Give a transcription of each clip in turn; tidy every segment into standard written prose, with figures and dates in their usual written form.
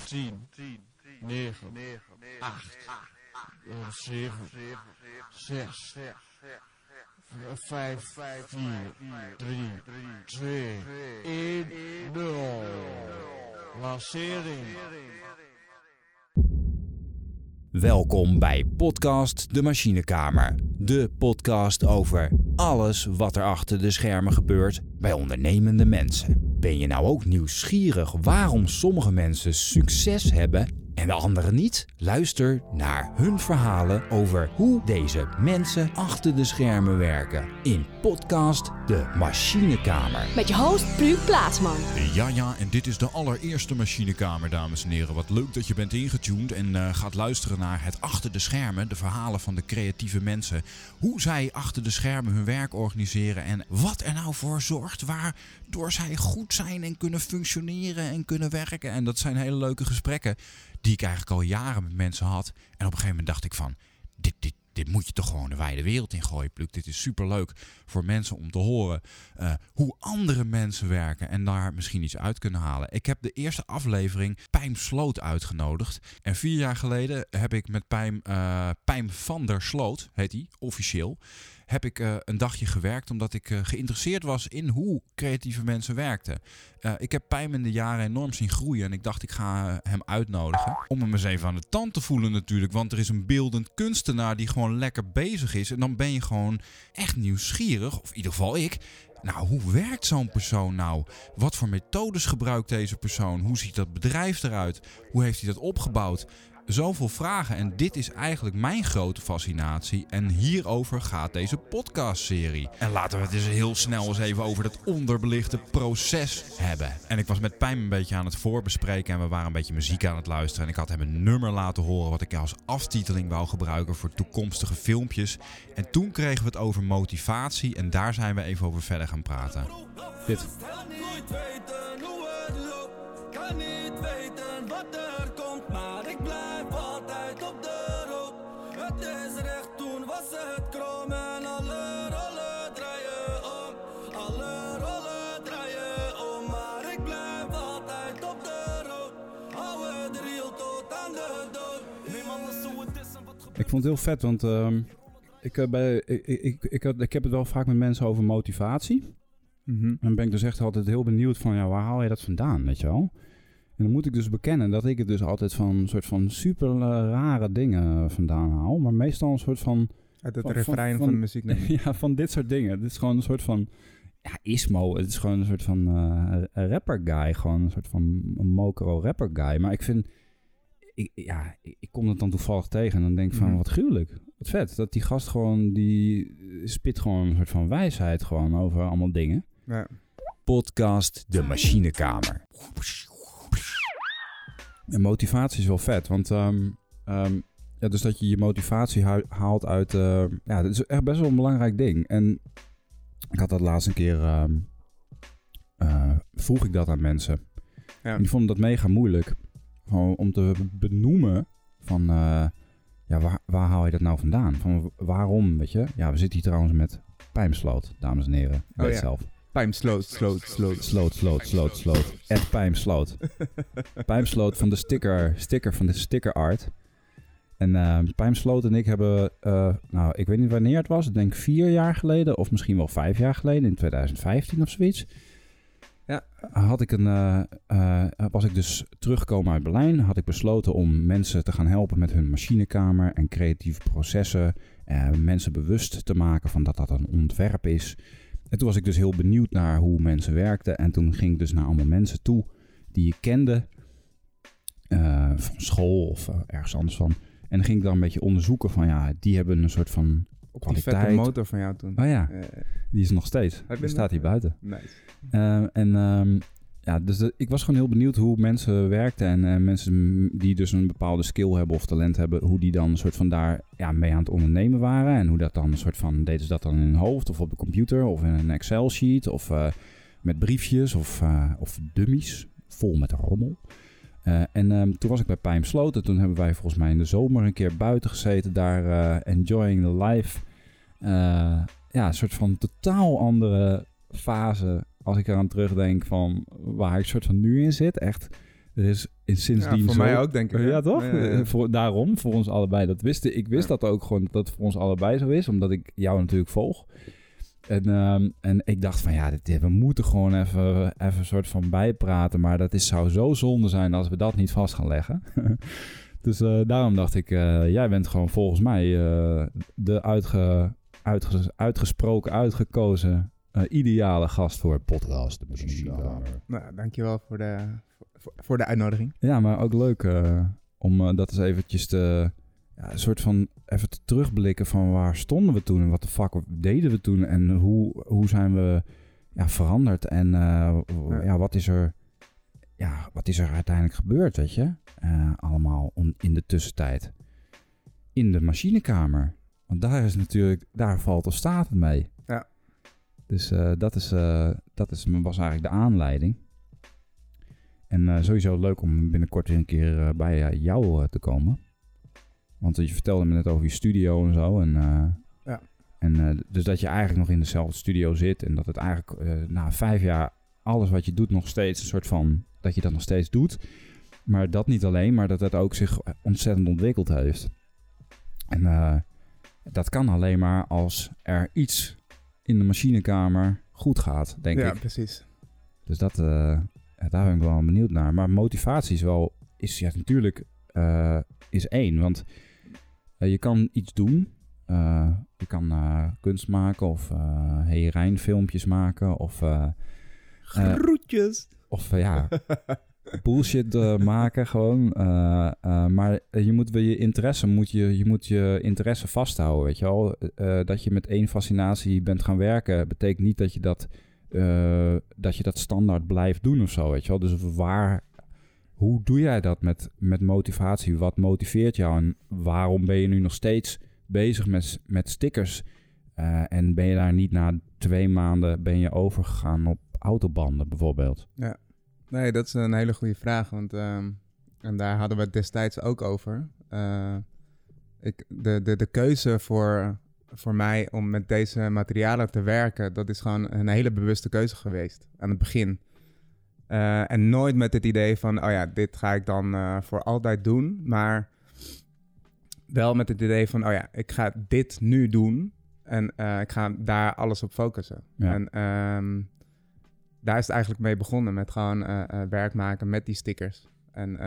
10, 9, 8, 7, 6, 5, 4, 3, 2, 1, 0. Lancering. Welkom bij podcast De Machinekamer. De podcast over alles wat er achter de schermen gebeurt bij ondernemende mensen. Ben je nou ook nieuwsgierig waarom sommige mensen succes hebben en de anderen niet? Luister naar hun verhalen over hoe deze mensen achter de schermen werken in podcast De Machinekamer. Met je host Pru Plaatsman. Ja, en dit is de allereerste Machinekamer, dames en heren. Wat leuk dat je bent ingetuned en gaat luisteren naar het achter de schermen. De verhalen van de creatieve mensen. Hoe zij achter de schermen hun werk organiseren en wat er nou voor zorgt waardoor zij goed zijn en kunnen functioneren en kunnen werken. En dat zijn hele leuke gesprekken die ik eigenlijk al jaren met mensen had. En op een gegeven moment dacht ik van, dit moet je toch gewoon de wijde wereld in gooien, Pluk. Dit is superleuk voor mensen om te horen hoe andere mensen werken en daar misschien iets uit kunnen halen. Ik heb de eerste aflevering Pijm Sloot uitgenodigd. En 4 jaar geleden heb ik met Pijm van der Sloot, heet hij, officieel, heb ik een dagje gewerkt omdat ik geïnteresseerd was in hoe creatieve mensen werkten. Ik heb Pijm in de jaren enorm zien groeien en ik dacht ik ga hem uitnodigen om hem eens even aan de tand te voelen natuurlijk. Want er is een beeldend kunstenaar die gewoon lekker bezig is en dan ben je gewoon echt nieuwsgierig, of in ieder geval ik. Nou, hoe werkt zo'n persoon nou? Wat voor methodes gebruikt deze persoon? Hoe ziet dat bedrijf eruit? Hoe heeft hij dat opgebouwd? Zoveel vragen en dit is eigenlijk mijn grote fascinatie en hierover gaat deze podcastserie. En laten we het dus heel snel eens even over dat onderbelichte proces hebben. En ik was met Pijm een beetje aan het voorbespreken en we waren een beetje muziek aan het luisteren. En ik had hem een nummer laten horen wat ik als aftiteling wou gebruiken voor toekomstige filmpjes. En toen kregen we het over motivatie en daar zijn we even over verder gaan praten. Dit. Ik vond het heel vet, want ik heb het wel vaak met mensen over motivatie. Mm-hmm. En dan ben ik dus echt altijd heel benieuwd van, ja, waar haal je dat vandaan, weet je wel? En dan moet ik dus bekennen dat ik het dus altijd van een soort van super rare dingen vandaan haal. Maar meestal een soort van... Uit het refrein van de muziek. Ja, van dit soort dingen. Dit is gewoon een soort van... Ja, Ismo. Het is gewoon een soort van rapper guy. Gewoon een soort van mokro rapper guy. Maar ik vind... Ik kom het dan toevallig tegen en dan denk ik van, wat gruwelijk. Wat vet. Dat die gast gewoon, die spit gewoon een soort van wijsheid gewoon over allemaal dingen. Ja. Podcast De Machinekamer. En motivatie is wel vet, want dus dat je je motivatie haalt uit... dat is echt best wel een belangrijk ding. En ik had dat laatst een keer... vroeg ik dat aan mensen. Ja. En die vonden dat mega moeilijk. Gewoon om te benoemen van... waar haal je dat nou vandaan? Van waarom, weet je? Ja, we zitten hier trouwens met Pijm Sloot, dames en heren. Weet zelf. Pijm Sloot. Ed Pijm Sloot. Pijm Sloot van de sticker van de sticker art. En Pijm Sloot en ik hebben, ik weet niet wanneer het was. Ik denk 4 jaar geleden of misschien wel 5 jaar geleden. In 2015 of zoiets. Ja, was ik dus teruggekomen uit Berlijn. Had ik besloten om mensen te gaan helpen met hun machinekamer en creatieve processen. Mensen bewust te maken van dat een ontwerp is. En toen was ik dus heel benieuwd naar hoe mensen werkten. En toen ging ik dus naar allemaal mensen toe die ik kende. Van school of ergens anders van. En dan ging ik dan een beetje onderzoeken van, ja, die hebben een soort van op kwaliteit. Die vette motor van jou toen. Oh ja, die is nog steeds. Die staat hier buiten. Nice. Dus ik was gewoon heel benieuwd hoe mensen werkten. En mensen die dus een bepaalde skill hebben of talent hebben, hoe die dan een soort van daar mee aan het ondernemen waren. En hoe dat dan een soort van, deden ze dat dan in hun hoofd of op de computer of in een Excel sheet of met briefjes of dummies vol met rommel. Toen was ik bij Pijm Sloot en toen hebben wij volgens mij in de zomer een keer buiten gezeten daar, enjoying the life. Een soort van totaal andere fase als ik eraan terugdenk van waar ik soort van nu in zit. Echt Er is sindsdien voor mij ook, denk ik. Ja, toch? Daarom, voor ons allebei. Ik wist dat ook gewoon, dat het voor ons allebei zo is, omdat ik jou natuurlijk volg. En ik dacht van, we moeten gewoon even een soort van bijpraten, maar zou zo zonde zijn als we dat niet vast gaan leggen. Dus daarom dacht ik, jij bent gewoon volgens mij de uitgekozen ideale gast voor podcast. Nou, dankjewel voor de uitnodiging. Ja, maar ook leuk om dat eens eventjes een soort van even te terugblikken van waar stonden we toen en wat de fuck deden we toen en hoe zijn we veranderd en wat is er uiteindelijk gebeurd, weet je? Allemaal in de tussentijd. In de machinekamer. Want daar valt of staat het mee. Ja. Dus was eigenlijk de aanleiding. En sowieso leuk om binnenkort weer een keer bij jou te komen. Want je vertelde me net over je studio en zo. Dus dat je eigenlijk nog in dezelfde studio zit. En dat het eigenlijk na 5 jaar alles wat je doet nog steeds een soort van... Dat je dat nog steeds doet. Maar dat niet alleen, maar dat het ook zich ontzettend ontwikkeld heeft. En dat kan alleen maar als er iets in de machinekamer goed gaat, denk ik. Ja, precies. Dus daar ben ik wel benieuwd naar. Maar motivatie natuurlijk is één. Want je kan iets doen. Je kan kunst maken of Heerijn-filmpjes maken of... Groetjes! Of bullshit maken gewoon. Maar je moet je interesse vasthouden, weet je wel. Dat je met één fascinatie bent gaan werken, betekent niet dat je dat standaard blijft doen of zo, weet je wel. Dus hoe doe jij dat met motivatie? Wat motiveert jou en waarom ben je nu nog steeds bezig met stickers? En ben je daar niet na 2 maanden ben je overgegaan op autobanden bijvoorbeeld? Ja, nee, dat is een hele goede vraag, want en daar hadden we het destijds ook over. De keuze voor mij om met deze materialen te werken, dat is gewoon een hele bewuste keuze geweest aan het begin. En nooit met het idee van, dit ga ik dan voor altijd doen, maar wel met het idee van, ik ga dit nu doen en ik ga daar alles op focussen. Ja. En daar is het eigenlijk mee begonnen, met gewoon werk maken met die stickers. En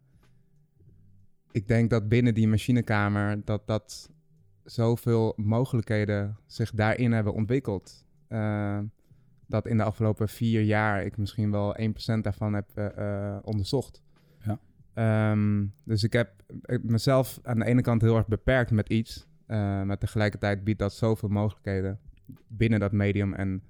ik denk dat binnen die machinekamer dat zoveel mogelijkheden zich daarin hebben ontwikkeld. Dat in de afgelopen 4 jaar ik misschien wel 1% daarvan heb onderzocht. Ja. Dus ik heb mezelf aan de ene kant heel erg beperkt met iets. Maar tegelijkertijd biedt dat zoveel mogelijkheden binnen dat medium. En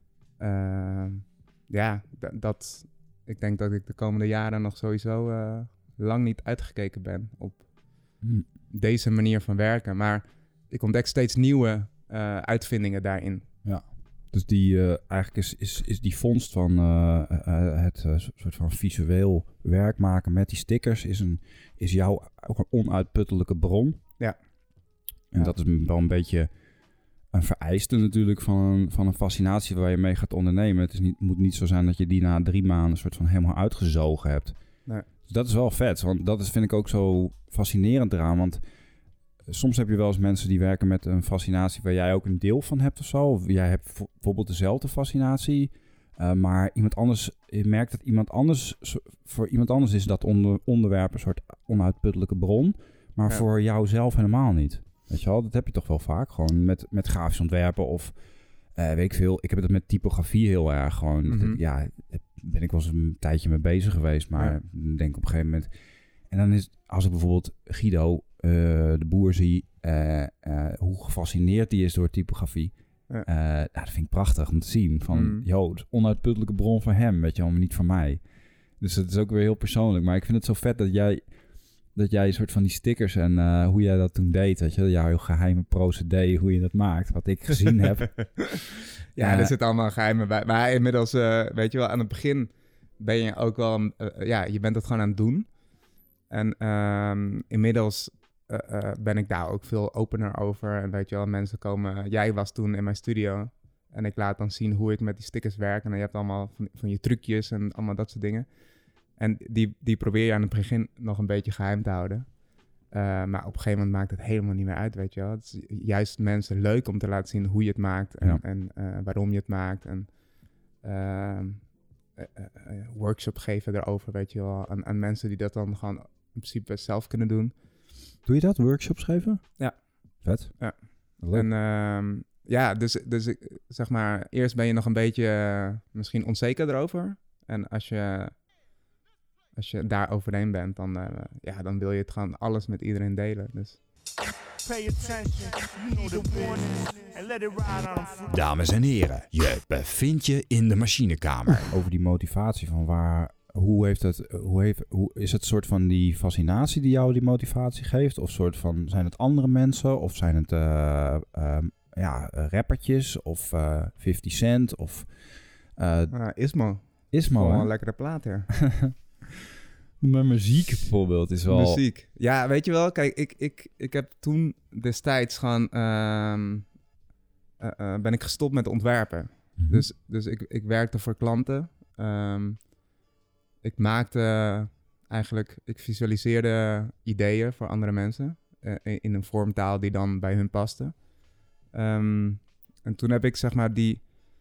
ik denk dat ik de komende jaren nog sowieso lang niet uitgekeken ben op deze manier van werken. Maar ik ontdek steeds nieuwe uitvindingen daarin. Ja, dus eigenlijk is die vondst van het soort van visueel werk maken met die stickers is jouw ook een onuitputtelijke bron. Ja. En dat is wel een beetje een vereiste natuurlijk van een fascinatie waar je mee gaat ondernemen. Het moet niet zo zijn dat je die na 3 maanden een soort van helemaal uitgezogen hebt. Nee. Dus dat is wel vet, want dat vind ik ook zo fascinerend eraan. Want soms heb je wel eens mensen die werken met een fascinatie waar jij ook een deel van hebt of zo. Of jij hebt bijvoorbeeld dezelfde fascinatie. Maar je merkt dat voor iemand anders is dat onderwerp een soort onuitputtelijke bron. Maar voor jou zelf helemaal niet. Weet je wel, dat heb je toch wel vaak. Gewoon met grafisch ontwerpen of weet ik veel. Ik heb het met typografie heel erg gewoon. Mm-hmm. Ben ik wel eens een tijdje mee bezig geweest. Maar ik denk op een gegeven moment... En dan is, als ik bijvoorbeeld Guido, de boer, zie... hoe gefascineerd die is door typografie. Dat vind ik prachtig om te zien. Van, het is onuitputtelijke bron voor hem, weet je wel, maar niet voor mij. Dus het is ook weer heel persoonlijk. Maar ik vind het zo vet dat jij een soort van die stickers en hoe jij dat toen deed, weet je, jouw geheime procedé, hoe je dat maakt, wat ik gezien heb. Er zit allemaal geheimen bij. Maar inmiddels, weet je wel, aan het begin ben je ook wel, je bent het gewoon aan het doen. En inmiddels ben ik daar ook veel opener over. En weet je wel, mensen komen, jij was toen in mijn studio en ik laat dan zien hoe ik met die stickers werk. En dan je hebt allemaal van je trucjes en allemaal dat soort dingen. En die probeer je aan het begin nog een beetje geheim te houden. Maar op een gegeven moment maakt het helemaal niet meer uit, weet je wel. Het is juist mensen leuk om te laten zien hoe je het maakt en waarom je het maakt. En workshop geven erover, weet je wel. Aan mensen die dat dan gewoon in principe zelf kunnen doen. Doe je dat, workshops geven? Ja. Vet. Ja. Leuk. En dus ik, zeg maar, eerst ben je nog een beetje misschien onzeker erover. En als je daar overheen bent, dan wil je het gewoon alles met iedereen delen. Dus. Pay attention, you need a warning, and let it ride on them. Dames en heren, je bevindt je in de machinekamer. Over die motivatie van hoe is het soort van die fascinatie die jou die motivatie geeft? Of soort van, zijn het andere mensen? Of zijn het rappertjes? Of 50 Cent? Of Ismo. Ismo, Gewoon een lekkere plaat, ja. Maar muziek bijvoorbeeld is wel... Muziek. Ja, weet je wel, kijk, ik heb toen destijds gewoon... ben ik gestopt met ontwerpen. Mhm. Dus ik werkte voor klanten. Ik maakte eigenlijk... Ik visualiseerde ideeën voor andere mensen. In een vormtaal die dan bij hun paste. En toen heb ik zeg maar die...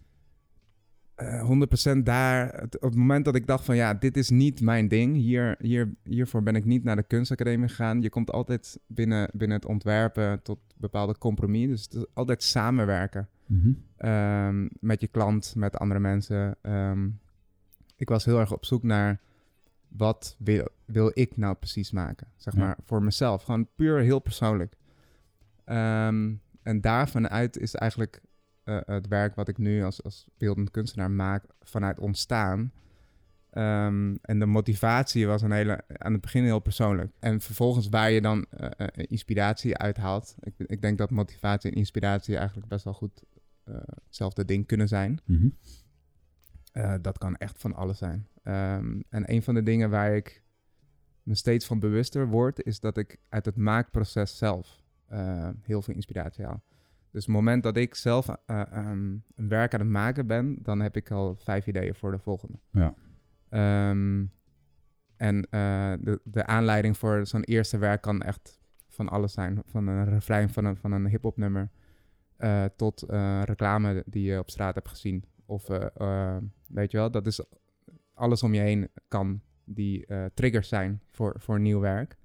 100% daar, op het moment dat ik dacht van ja, dit is niet mijn ding. Hiervoor ben ik niet naar de kunstacademie gegaan. Je komt altijd binnen het ontwerpen tot bepaalde compromis. Dus het is altijd samenwerken met je klant, met andere mensen. Ik was heel erg op zoek naar wat wil ik nou precies maken, zeg maar, voor mezelf. Gewoon puur heel persoonlijk. En daarvanuit is eigenlijk... het werk wat ik nu als beeldend kunstenaar maak vanuit ontstaan. En de motivatie was aan het begin heel persoonlijk. En vervolgens waar je dan inspiratie uithaalt. Ik denk dat motivatie en inspiratie eigenlijk best wel goed hetzelfde ding kunnen zijn. Mhm. Dat kan echt van alles zijn. En een van de dingen waar ik me steeds van bewuster word... is dat ik uit het maakproces zelf heel veel inspiratie haal. Dus het moment dat ik zelf een werk aan het maken ben... dan heb ik al 5 ideeën voor de volgende. Ja. De aanleiding voor zo'n eerste werk kan echt van alles zijn. Van een refrein van een hip-hop nummer... tot reclame die je op straat hebt gezien. Of weet je wel, dat is alles om je heen kan die triggers zijn voor nieuw werk.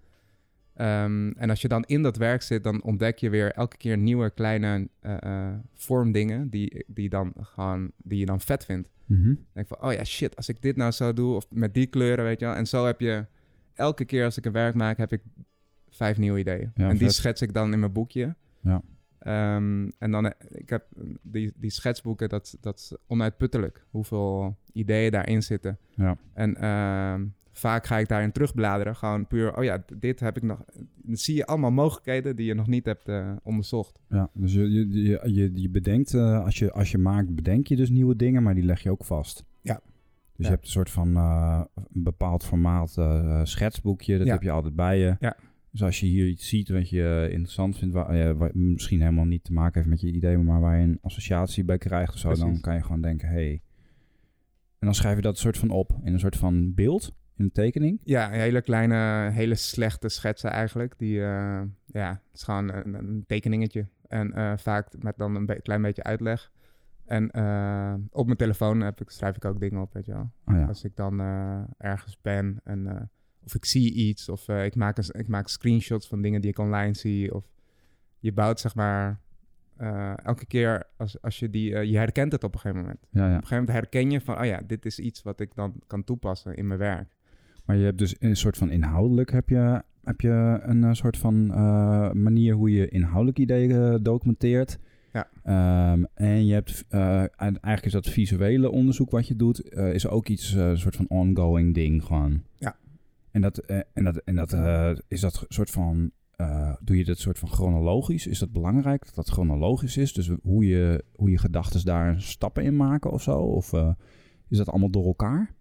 En als je dan in dat werk zit, dan ontdek je weer elke keer nieuwe kleine vormdingen die je dan vet vindt. Mhm. Dan denk ik van, oh ja, shit, als ik dit nou zo doe, of met die kleuren, weet je wel. En zo heb je, elke keer als ik een werk maak, heb ik 5 nieuwe ideeën. Ja, en die vet. schets ik dan in mijn boekje. Ja. En dan, ik heb die schetsboeken, dat is onuitputtelijk. Hoeveel ideeën daarin zitten. Ja. En vaak ga ik daarin terugbladeren. Gewoon puur, oh ja, dit heb ik nog... Dan zie je allemaal mogelijkheden die je nog niet hebt onderzocht. Ja, dus je bedenkt, als je maakt, bedenk je dus nieuwe dingen, maar die leg je ook vast. Ja. Dus je hebt een soort van een bepaald formaat schetsboekje, dat heb je altijd bij je. Ja. Dus als je hier iets ziet wat je interessant vindt, waar misschien helemaal niet te maken heeft met je idee, maar waar je een associatie bij krijgt of zo, Precies. dan kan je gewoon denken, hey. En dan schrijf je dat soort van op in een soort van beeld, in een tekening. Ja, hele kleine, hele slechte schetsen eigenlijk. Die, het is gewoon een tekeningetje. En vaak met dan een klein beetje uitleg. En op mijn telefoon schrijf ik ook dingen op, weet je wel. Oh ja. Als ik dan ergens ben en... of ik zie iets, of ik maak screenshots van dingen die ik online zie. Of je bouwt, zeg maar, elke keer als je je herkent het op een gegeven moment. Ja, ja. Op een gegeven moment herken je van, oh ja, dit is iets wat ik dan kan toepassen in mijn werk. Maar je hebt dus een soort van inhoudelijk, heb je een soort van manier hoe je inhoudelijk ideeën documenteert. Ja. En je hebt, eigenlijk is dat visuele onderzoek wat je doet, is ook iets, een soort van ongoing ding gewoon. Ja. En dat is dat soort van, doe je dat soort van chronologisch? Is dat belangrijk dat dat chronologisch is? Dus hoe je gedachten daar stappen in maken of zo? Of is dat allemaal door elkaar?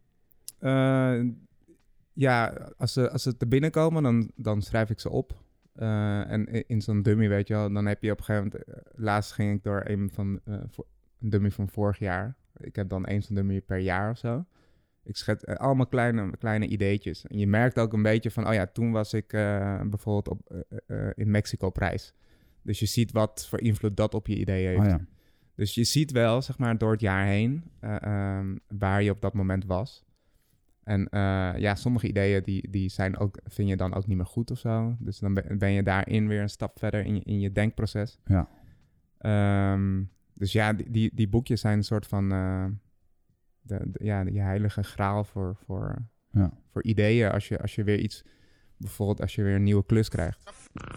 Ja, als ze te binnenkomen, dan schrijf ik ze op. En in zo'n dummy, weet je wel, dan heb je op een gegeven moment... laatst ging ik door een dummy van vorig jaar. Ik heb dan eens een dummy per jaar of zo. Ik schets allemaal kleine ideetjes. En je merkt ook een beetje van, toen was ik bijvoorbeeld in Mexico op reis. Dus je ziet wat voor invloed dat op je idee heeft. Oh, ja. Dus je ziet wel, zeg maar, door het jaar heen waar je op dat moment was. En sommige ideeën die zijn ook, vind je dan ook niet meer goed of zo. Dus dan ben je daarin weer een stap verder in je denkproces. Ja. Dus ja, die boekjes zijn een soort van je heilige graal voor ideeën als je weer iets, bijvoorbeeld als je weer een nieuwe klus krijgt.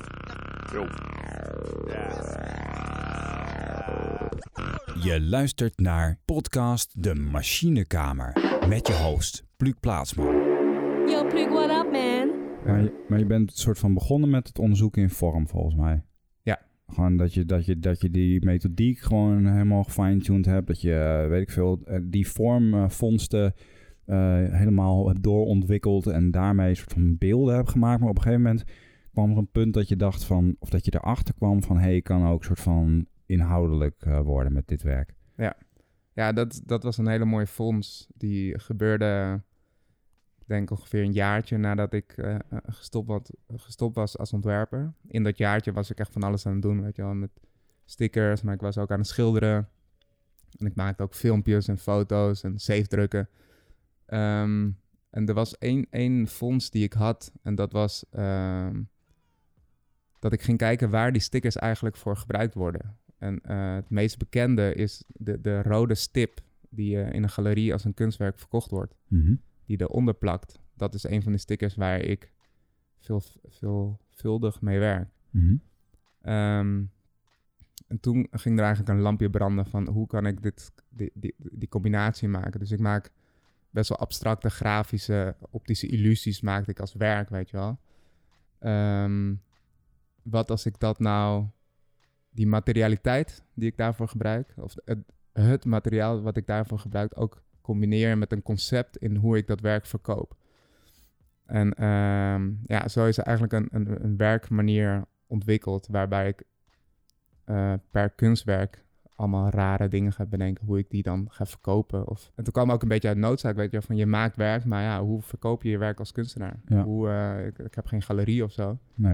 Je luistert naar podcast De Machinekamer met je host Pluuk Plaatsman. Yo, Pluk, what up, man? Maar je bent soort van begonnen met het onderzoeken in vorm, volgens mij. Ja. Gewoon dat je die methodiek gewoon helemaal gefine-tuned hebt. Dat je, weet ik veel, die vormvondsten helemaal hebt doorontwikkeld en daarmee een soort van beelden hebt gemaakt. Maar op een gegeven moment kwam er een punt dat je dacht van, of dat je erachter kwam van, ik kan ook soort van inhoudelijk worden met dit werk. Ja, dat was een hele mooie fonds. Die gebeurde, ik denk ongeveer een jaartje nadat ik gestopt was als ontwerper. In dat jaartje was ik echt van alles aan het doen, weet je wel, met stickers, maar ik was ook aan het schilderen. En ik maakte ook filmpjes en foto's en zeefdrukken. En er was één fonds die ik had en dat was dat ik ging kijken waar die stickers eigenlijk voor gebruikt worden. En het meest bekende is de rode stip die in een galerie als een kunstwerk verkocht wordt. Mm-hmm. Die eronder plakt. Dat is een van de stickers waar ik veelvuldig mee werk. Mm-hmm. En toen ging er eigenlijk een lampje branden van hoe kan ik die combinatie maken. Dus ik maak best wel abstracte, grafische, optische illusies maakte ik als werk, weet je wel. Wat als ik dat nou, die materialiteit die ik daarvoor gebruik, of het materiaal wat ik daarvoor gebruik, ook combineer met een concept in hoe ik dat werk verkoop. En zo is er eigenlijk een werkmanier ontwikkeld waarbij ik per kunstwerk allemaal rare dingen ga bedenken hoe ik die dan ga verkopen. En toen kwam ook een beetje uit noodzaak, weet je, van je maakt werk, maar ja, hoe verkoop je je werk als kunstenaar? Ja. Ik heb geen galerie of zo. Nee.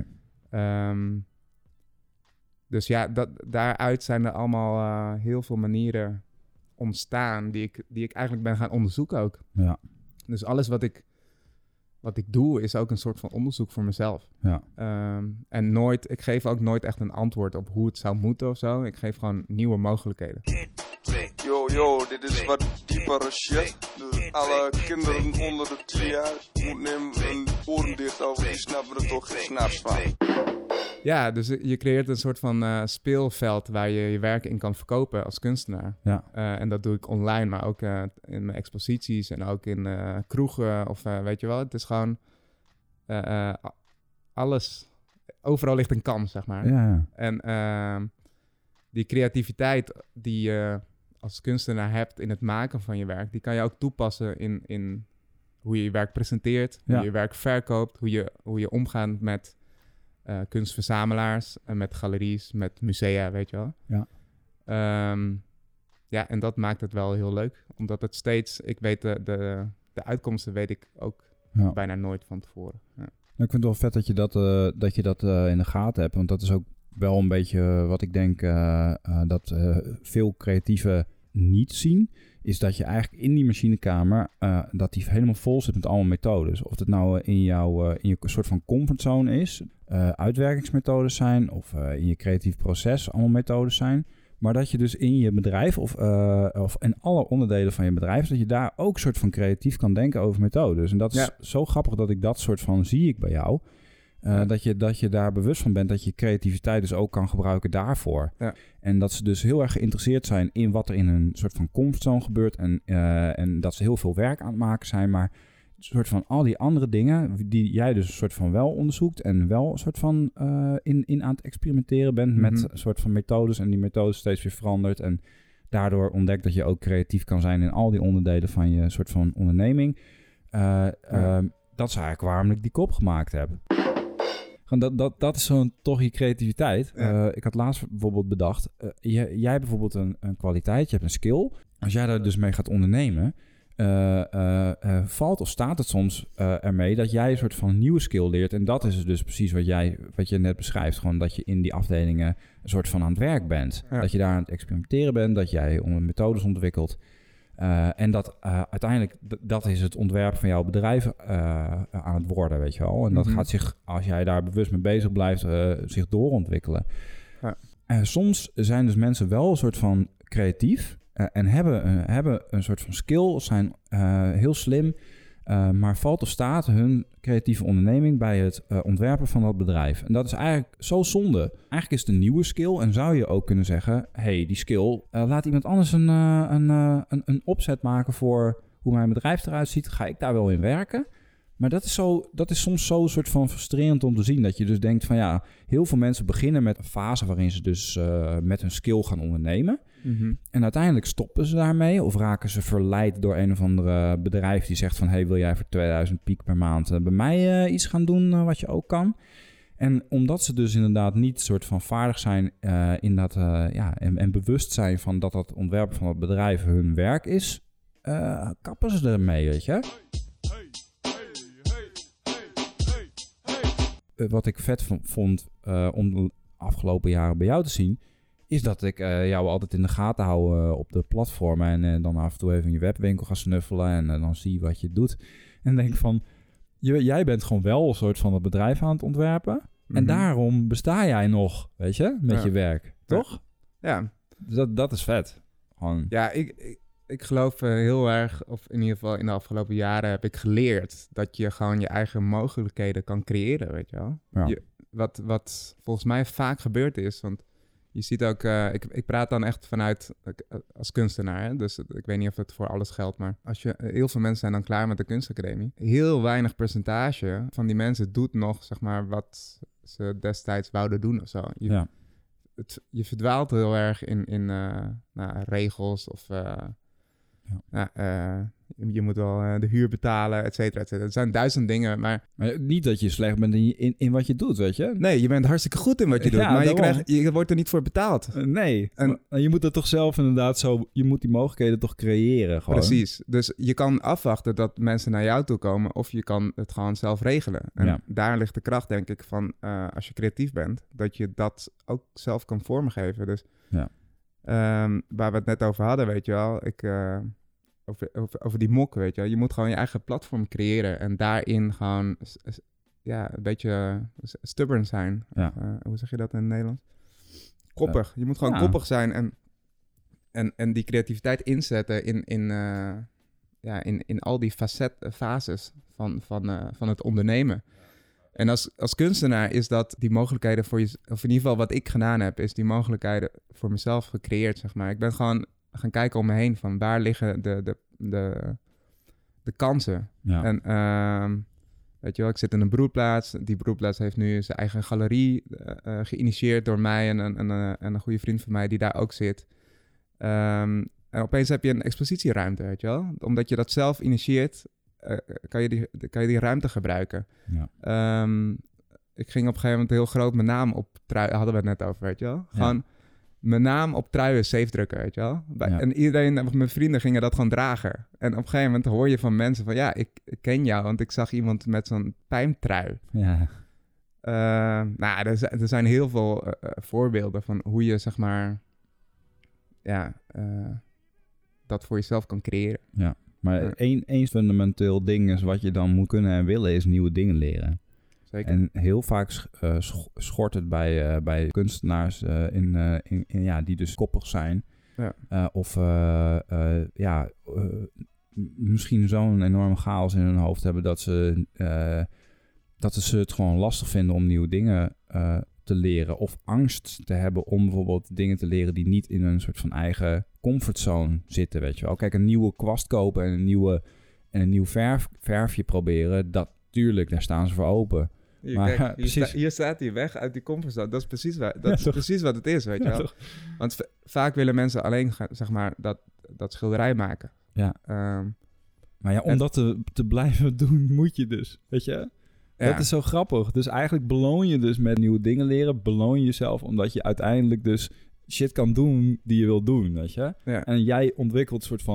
Dus ja, daaruit zijn er allemaal heel veel manieren ontstaan die ik eigenlijk ben gaan onderzoeken ook. Ja. Dus alles wat ik doe is ook een soort van onderzoek voor mezelf. Ja. En ik geef ook nooit echt een antwoord op hoe het zou moeten of zo. Ik geef gewoon nieuwe mogelijkheden. Yo, dit is wat diepere shit. Dus alle kinderen onder de 10 jaar moeten nemen een oren dicht over. Die snappen er toch geen snaps van. Ja, dus je creëert een soort van speelveld waar je je werk in kan verkopen als kunstenaar. Ja. En dat doe ik online, maar ook in mijn exposities en ook in kroegen of weet je wel. Het is gewoon alles. Overal ligt een kans, zeg maar. Ja. En die creativiteit die je als kunstenaar hebt in het maken van je werk, die kan je ook toepassen in hoe je je werk presenteert, hoe je je werk verkoopt, hoe je omgaat met kunstverzamelaars en met galeries, met musea, weet je wel. Ja. En dat maakt het wel heel leuk. Omdat het steeds, ik weet de uitkomsten weet ik ook bijna nooit van tevoren. Ja. Nou, ik vind het wel vet dat je dat in de gaten hebt. Want dat is ook wel een beetje wat ik denk dat veel creatieven niet zien. Is dat je eigenlijk in die machinekamer, dat die helemaal vol zit met allemaal methodes. Of het nou in je soort van comfortzone is, uitwerkingsmethodes zijn, of in je creatief proces allemaal methodes zijn. Maar dat je dus in je bedrijf of in alle onderdelen van je bedrijf, dat je daar ook soort van creatief kan denken over methodes. En dat is zo grappig dat ik dat soort van zie ik bij jou. Dat je daar bewust van bent dat je creativiteit dus ook kan gebruiken daarvoor. Ja. En dat ze dus heel erg geïnteresseerd zijn in wat er in een soort van comfortzone gebeurt. En dat ze heel veel werk aan het maken zijn. Maar een soort van al die andere dingen die jij dus een soort van wel onderzoekt. En wel een soort van in aan het experimenteren bent met een soort van methodes. En die methodes steeds weer verandert. En daardoor ontdekt dat je ook creatief kan zijn in al die onderdelen van je soort van onderneming. Dat is eigenlijk waarom ik die kop gemaakt heb. Dat is zo'n toch je creativiteit. Ja. Ik had laatst bijvoorbeeld bedacht, jij hebt bijvoorbeeld een kwaliteit, je hebt een skill. Als jij daar dus mee gaat ondernemen, valt of staat het soms ermee dat jij een soort van nieuwe skill leert. En dat is dus precies wat je net beschrijft. Gewoon dat je in die afdelingen een soort van aan het werk bent. Ja. Dat je daar aan het experimenteren bent, dat jij methodes ontwikkelt. En dat uiteindelijk, dat is het ontwerp van jouw bedrijf aan het worden, weet je wel. En dat gaat zich, als jij daar bewust mee bezig blijft, zich doorontwikkelen. Ja. Soms zijn dus mensen wel een soort van creatief en hebben een soort van skill, zijn heel slim, maar valt of staat hun creatieve onderneming bij het ontwerpen van dat bedrijf. En dat is eigenlijk zo zonde. Eigenlijk is het een nieuwe skill en zou je ook kunnen zeggen, hey, die skill, laat iemand anders een opzet maken voor hoe mijn bedrijf eruit ziet. Ga ik daar wel in werken? Maar dat is soms zo soort van frustrerend om te zien. Dat je dus denkt van ja, heel veel mensen beginnen met een fase waarin ze dus met hun skill gaan ondernemen. Mm-hmm. En uiteindelijk stoppen ze daarmee of raken ze verleid door een of andere bedrijf die zegt van hey, wil jij voor 2000 piek per maand bij mij iets gaan doen wat je ook kan? En omdat ze dus inderdaad niet soort van vaardig zijn in dat en bewust zijn van dat het ontwerpen van het bedrijf hun werk is, kappen ze ermee, weet je? Wat ik vet vond om de afgelopen jaren bij jou te zien, is dat ik jou altijd in de gaten hou op de platformen en dan af en toe even in je webwinkel ga snuffelen en dan zie je wat je doet. En denk van, jij bent gewoon wel een soort van het bedrijf aan het ontwerpen. Mm-hmm. En daarom besta jij nog, weet je, met je werk, toch? Ja. Dat is vet. Gewoon. Ja, ik geloof heel erg, of in ieder geval in de afgelopen jaren heb ik geleerd dat je gewoon je eigen mogelijkheden kan creëren, weet je wel. Ja. Wat volgens mij vaak gebeurd is, want je ziet ook, ik praat dan echt vanuit als kunstenaar, hè? Dus ik weet niet of het voor alles geldt, maar heel veel mensen zijn dan klaar met de kunstacademie. Heel weinig percentage van die mensen doet nog, zeg maar, wat ze destijds wouden doen of zo. Je verdwaalt heel erg in regels of je moet wel de huur betalen, et cetera, et cetera. Er zijn 1000 dingen, maar niet dat je slecht bent in wat je doet, weet je? Nee, je bent hartstikke goed in wat je doet, maar je wordt er niet voor betaald. Nee, en je moet het toch zelf inderdaad je moet die mogelijkheden toch creëren gewoon. Precies, dus je kan afwachten dat mensen naar jou toe komen of je kan het gewoon zelf regelen. En daar ligt de kracht, denk ik, van als je creatief bent, dat je dat ook zelf kan vormgeven. Dus waar we het net over hadden, weet je wel, over die mok, weet je wel. Je moet gewoon je eigen platform creëren en daarin gewoon een beetje stubborn zijn. Ja. Hoe zeg je dat in het Nederlands? Koppig. Je moet gewoon koppig zijn en die creativiteit inzetten in al die fases van het ondernemen. En als kunstenaar is dat die mogelijkheden voor je, of in ieder geval wat ik gedaan heb, is die mogelijkheden voor mezelf gecreëerd, zeg maar. Ik ben gewoon gaan kijken om me heen van waar liggen de kansen. Ja. En weet je wel, ik zit in een broedplaats. Die broedplaats heeft nu zijn eigen galerie geïnitieerd door mij en een goede vriend van mij die daar ook zit. En opeens heb je een expositieruimte, weet je wel. Omdat je dat zelf initieert, kan je die ruimte gebruiken. Ja. Ik ging op een gegeven moment heel groot mijn naam op trui, hadden we het net over, weet je wel. Gewoon mijn naam op truien safe drukken, weet je wel. En iedereen, mijn vrienden gingen dat gewoon dragen. En op een gegeven moment hoor je van mensen van, ja, ik ken jou, want ik zag iemand met zo'n pijntrui. Ja. Er zijn heel veel voorbeelden van hoe je, zeg maar, dat voor jezelf kan creëren. Ja. Maar één fundamenteel ding is wat je dan moet kunnen en willen, is nieuwe dingen leren. Zeker. En heel vaak schort het bij kunstenaars die dus koppig zijn. Ja. Misschien zo'n enorme chaos in hun hoofd hebben dat ze het gewoon lastig vinden om nieuwe dingen te leren. Of angst te hebben om bijvoorbeeld dingen te leren die niet in een soort van eigen comfortzone zitten, weet je wel. Kijk, een nieuwe kwast kopen en een nieuw verfje proberen, dat tuurlijk, daar staan ze voor open. Hier staat hij weg uit die comfortzone. Dat is precies wat het is, weet je wel. Toch? Want vaak willen mensen alleen, zeg maar, dat schilderij maken. Ja. Maar om dat te blijven doen, moet je dus, weet je. Dat is zo grappig. Dus eigenlijk beloon je dus met nieuwe dingen leren. Beloon je jezelf omdat je uiteindelijk dus shit kan doen die je wil doen, weet je. Ja. En jij ontwikkelt een soort van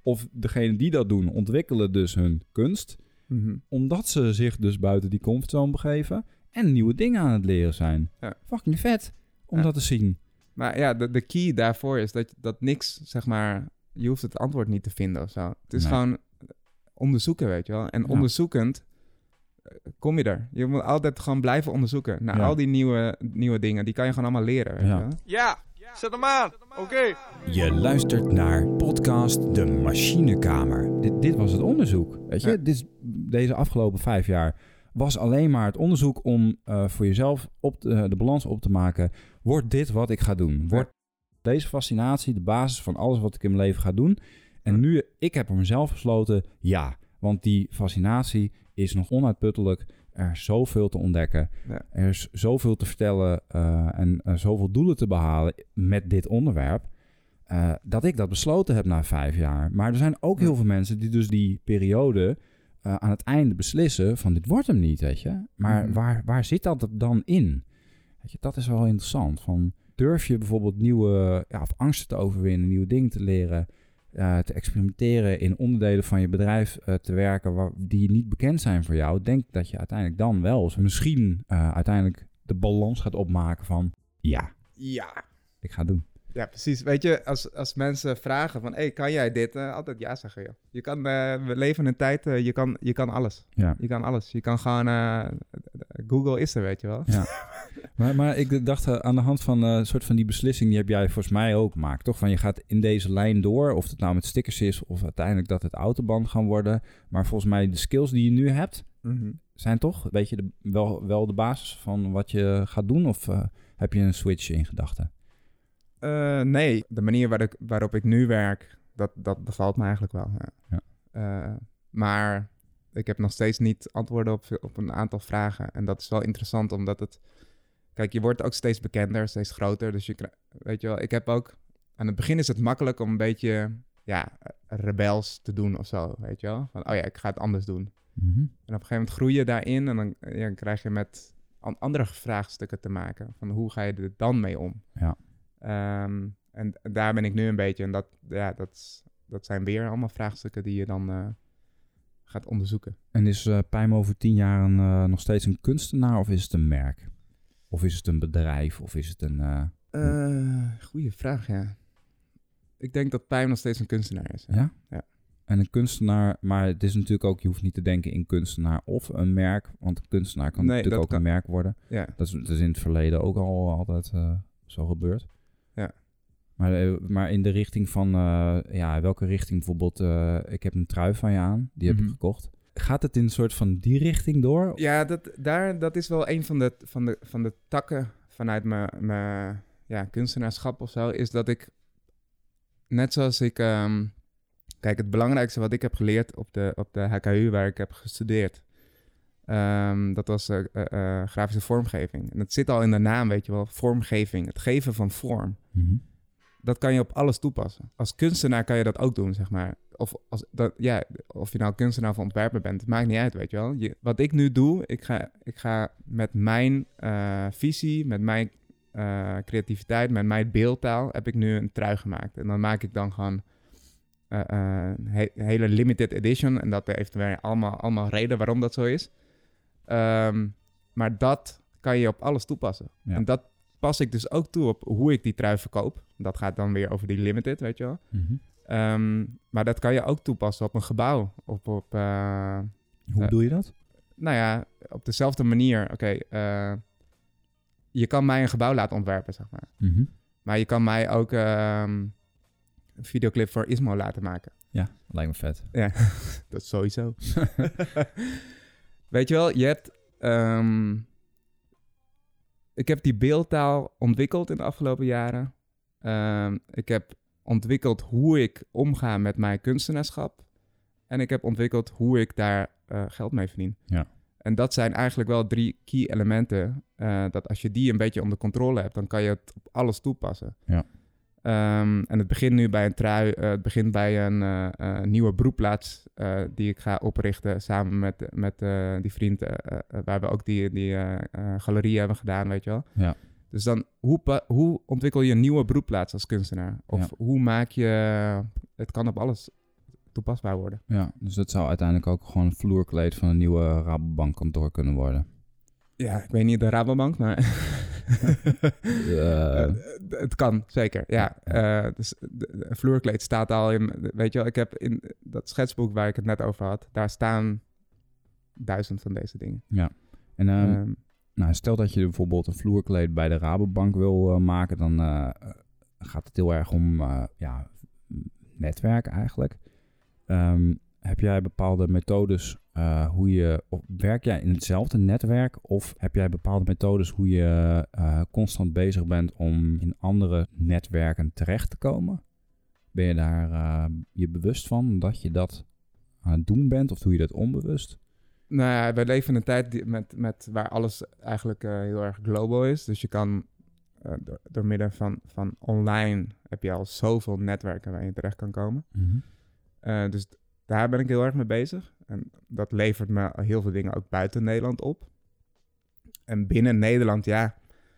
Of degene die dat doen, ontwikkelen dus hun kunst. Omdat ze zich dus buiten die comfortzone begeven. En nieuwe dingen aan het leren zijn. Ja. Fucking vet om dat te zien. Maar ja, de key daarvoor is dat niks, zeg maar... Je hoeft het antwoord niet te vinden of zo. Het is gewoon onderzoeken, weet je wel. En onderzoekend kom je er. Je moet altijd gewoon blijven onderzoeken. Naar al die nieuwe dingen. Die kan je gewoon allemaal leren, weet je wel. Ja, zet hem aan. Oké. Je luistert naar podcast De Machinekamer. Dit was het onderzoek, weet je. Deze afgelopen 5 jaar was alleen maar het onderzoek om voor jezelf de balans op te maken. Wordt dit wat ik ga doen? Wordt deze fascinatie de basis van alles wat ik in mijn leven ga doen? En nu, ik heb voor mezelf besloten, ja. Want die fascinatie is nog onuitputtelijk. Er is zoveel te ontdekken. Ja. Er is zoveel te vertellen en zoveel doelen te behalen met dit onderwerp. Dat ik dat besloten heb na 5 jaar. Maar er zijn ook heel veel mensen die dus die periode aan het einde beslissen van dit wordt hem niet, weet je. Maar waar zit dat dan in? Weet je, dat is wel interessant. Van, durf je bijvoorbeeld nieuwe of angsten te overwinnen, nieuwe dingen te leren, te experimenteren, in onderdelen van je bedrijf te werken die niet bekend zijn voor jou. Denk dat je uiteindelijk dan wel misschien uiteindelijk de balans gaat opmaken van ja, ik ga het doen. Ja, precies. Weet je, als mensen vragen van, hey, kan jij dit? Altijd ja zeggen, joh. Je kan, we leven in een tijd, je kan alles. Ja. Je kan alles. Je kan gewoon, Google is er, weet je wel. Ja. maar ik dacht aan de hand van een soort van die beslissing, die heb jij volgens mij ook gemaakt, toch? Van je gaat in deze lijn door, of het nou met stickers is, of uiteindelijk dat het autoband gaan worden. Maar volgens mij de skills die je nu hebt, zijn toch, weet je, wel de basis van wat je gaat doen? Of heb je een switch in gedachten? Nee, de manier waarop ik nu werk, dat bevalt me eigenlijk wel. Ja. Maar ik heb nog steeds niet antwoorden op een aantal vragen. En dat is wel interessant, omdat het... Kijk, je wordt ook steeds bekender, steeds groter. Dus weet je wel, ik heb ook... Aan het begin is het makkelijk om een beetje, rebels te doen of zo, weet je wel. Van, ik ga het anders doen. En op een gegeven moment groei je daarin en dan krijg je met andere vraagstukken te maken. Van hoe ga je er dan mee om? Ja. En daar ben ik nu een beetje. En dat zijn weer allemaal vraagstukken die je dan gaat onderzoeken. En is Pijm over 10 jaar nog steeds een kunstenaar of is het een merk? Of is het een bedrijf? Of is het een... Goeie vraag, ja. Ik denk dat Pijm nog steeds een kunstenaar is. Ja? Ja. En een kunstenaar, maar het is natuurlijk ook, je hoeft niet te denken in kunstenaar of een merk. Want een kunstenaar kan natuurlijk ook een merk worden. Ja. Dat is in het verleden ook al altijd zo gebeurd. Ja. Maar in de richting van, welke richting bijvoorbeeld, ik heb een trui van je aan, die heb ik gekocht. Gaat het in een soort van die richting door? Ja, dat is wel een van de takken vanuit mijn kunstenaarschap of zo, is dat ik, net zoals ik, kijk, het belangrijkste wat ik heb geleerd op de HKU waar ik heb gestudeerd, dat was grafische vormgeving. En dat zit al in de naam, weet je wel, vormgeving, het geven van vorm. Dat kan je op alles toepassen. Als kunstenaar kan je dat ook doen, zeg maar. Of je nou kunstenaar of ontwerper bent, het maakt niet uit, weet je wel. Wat ik nu doe, ik ga met mijn visie, met mijn creativiteit, met mijn beeldtaal, heb ik nu een trui gemaakt. En dan maak ik dan gewoon hele limited edition. En dat heeft weer allemaal reden waarom dat zo is. Maar dat kan je op alles toepassen. Ja. En dat pas ik dus ook toe op hoe ik die trui verkoop. Dat gaat dan weer over die limited, weet je wel. Maar dat kan je ook toepassen op een gebouw. Hoe doe je dat? Nou ja, op dezelfde manier. Oké, je kan mij een gebouw laten ontwerpen, zeg maar. Maar je kan mij ook een videoclip voor Ismo laten maken. Ja, lijkt me vet. Ja, dat is sowieso. Weet je wel, je hebt... ik heb die beeldtaal ontwikkeld in de afgelopen jaren. Ik heb ontwikkeld hoe ik omga met mijn kunstenaarschap. En ik heb ontwikkeld hoe ik daar geld mee verdien. Ja. En dat zijn eigenlijk wel 3 key elementen. Dat als je die een beetje onder controle hebt, dan kan je het op alles toepassen. Ja. En het begint nu bij een trui. Het begint bij een nieuwe broedplaats die ik ga oprichten samen met die vriend waar we ook die galerie hebben gedaan, weet je wel. Ja. Dus dan, hoe ontwikkel je een nieuwe broedplaats als kunstenaar? Of hoe maak je... Het kan op alles. toepasbaar worden. Ja, dus dat zou uiteindelijk ook gewoon een vloerkleed van een nieuwe Rabobank kantoor kunnen worden. Ja, ik weet niet de Rabobank, maar het kan, zeker. Ja, dus de vloerkleed staat al in, weet je wel, ik heb in dat schetsboek waar ik het net over had, daar staan 1000 van deze dingen. Ja, en nou, stel dat je bijvoorbeeld een vloerkleed bij de Rabobank wil maken, dan gaat het heel erg om netwerk eigenlijk. Heb jij bepaalde methodes werk jij in hetzelfde netwerk of heb jij bepaalde methodes hoe je constant bezig bent om in andere netwerken terecht te komen? Ben je daar je bewust van dat je dat aan het doen bent of doe je dat onbewust? Nou ja, wij leven in een tijd met waar alles eigenlijk heel erg global is. Dus je kan door middel van online heb je al zoveel netwerken waar je terecht kan komen. Mm-hmm. Dus daar ben ik heel erg mee bezig. En dat levert me heel veel dingen ook buiten Nederland op. En binnen Nederland, ja.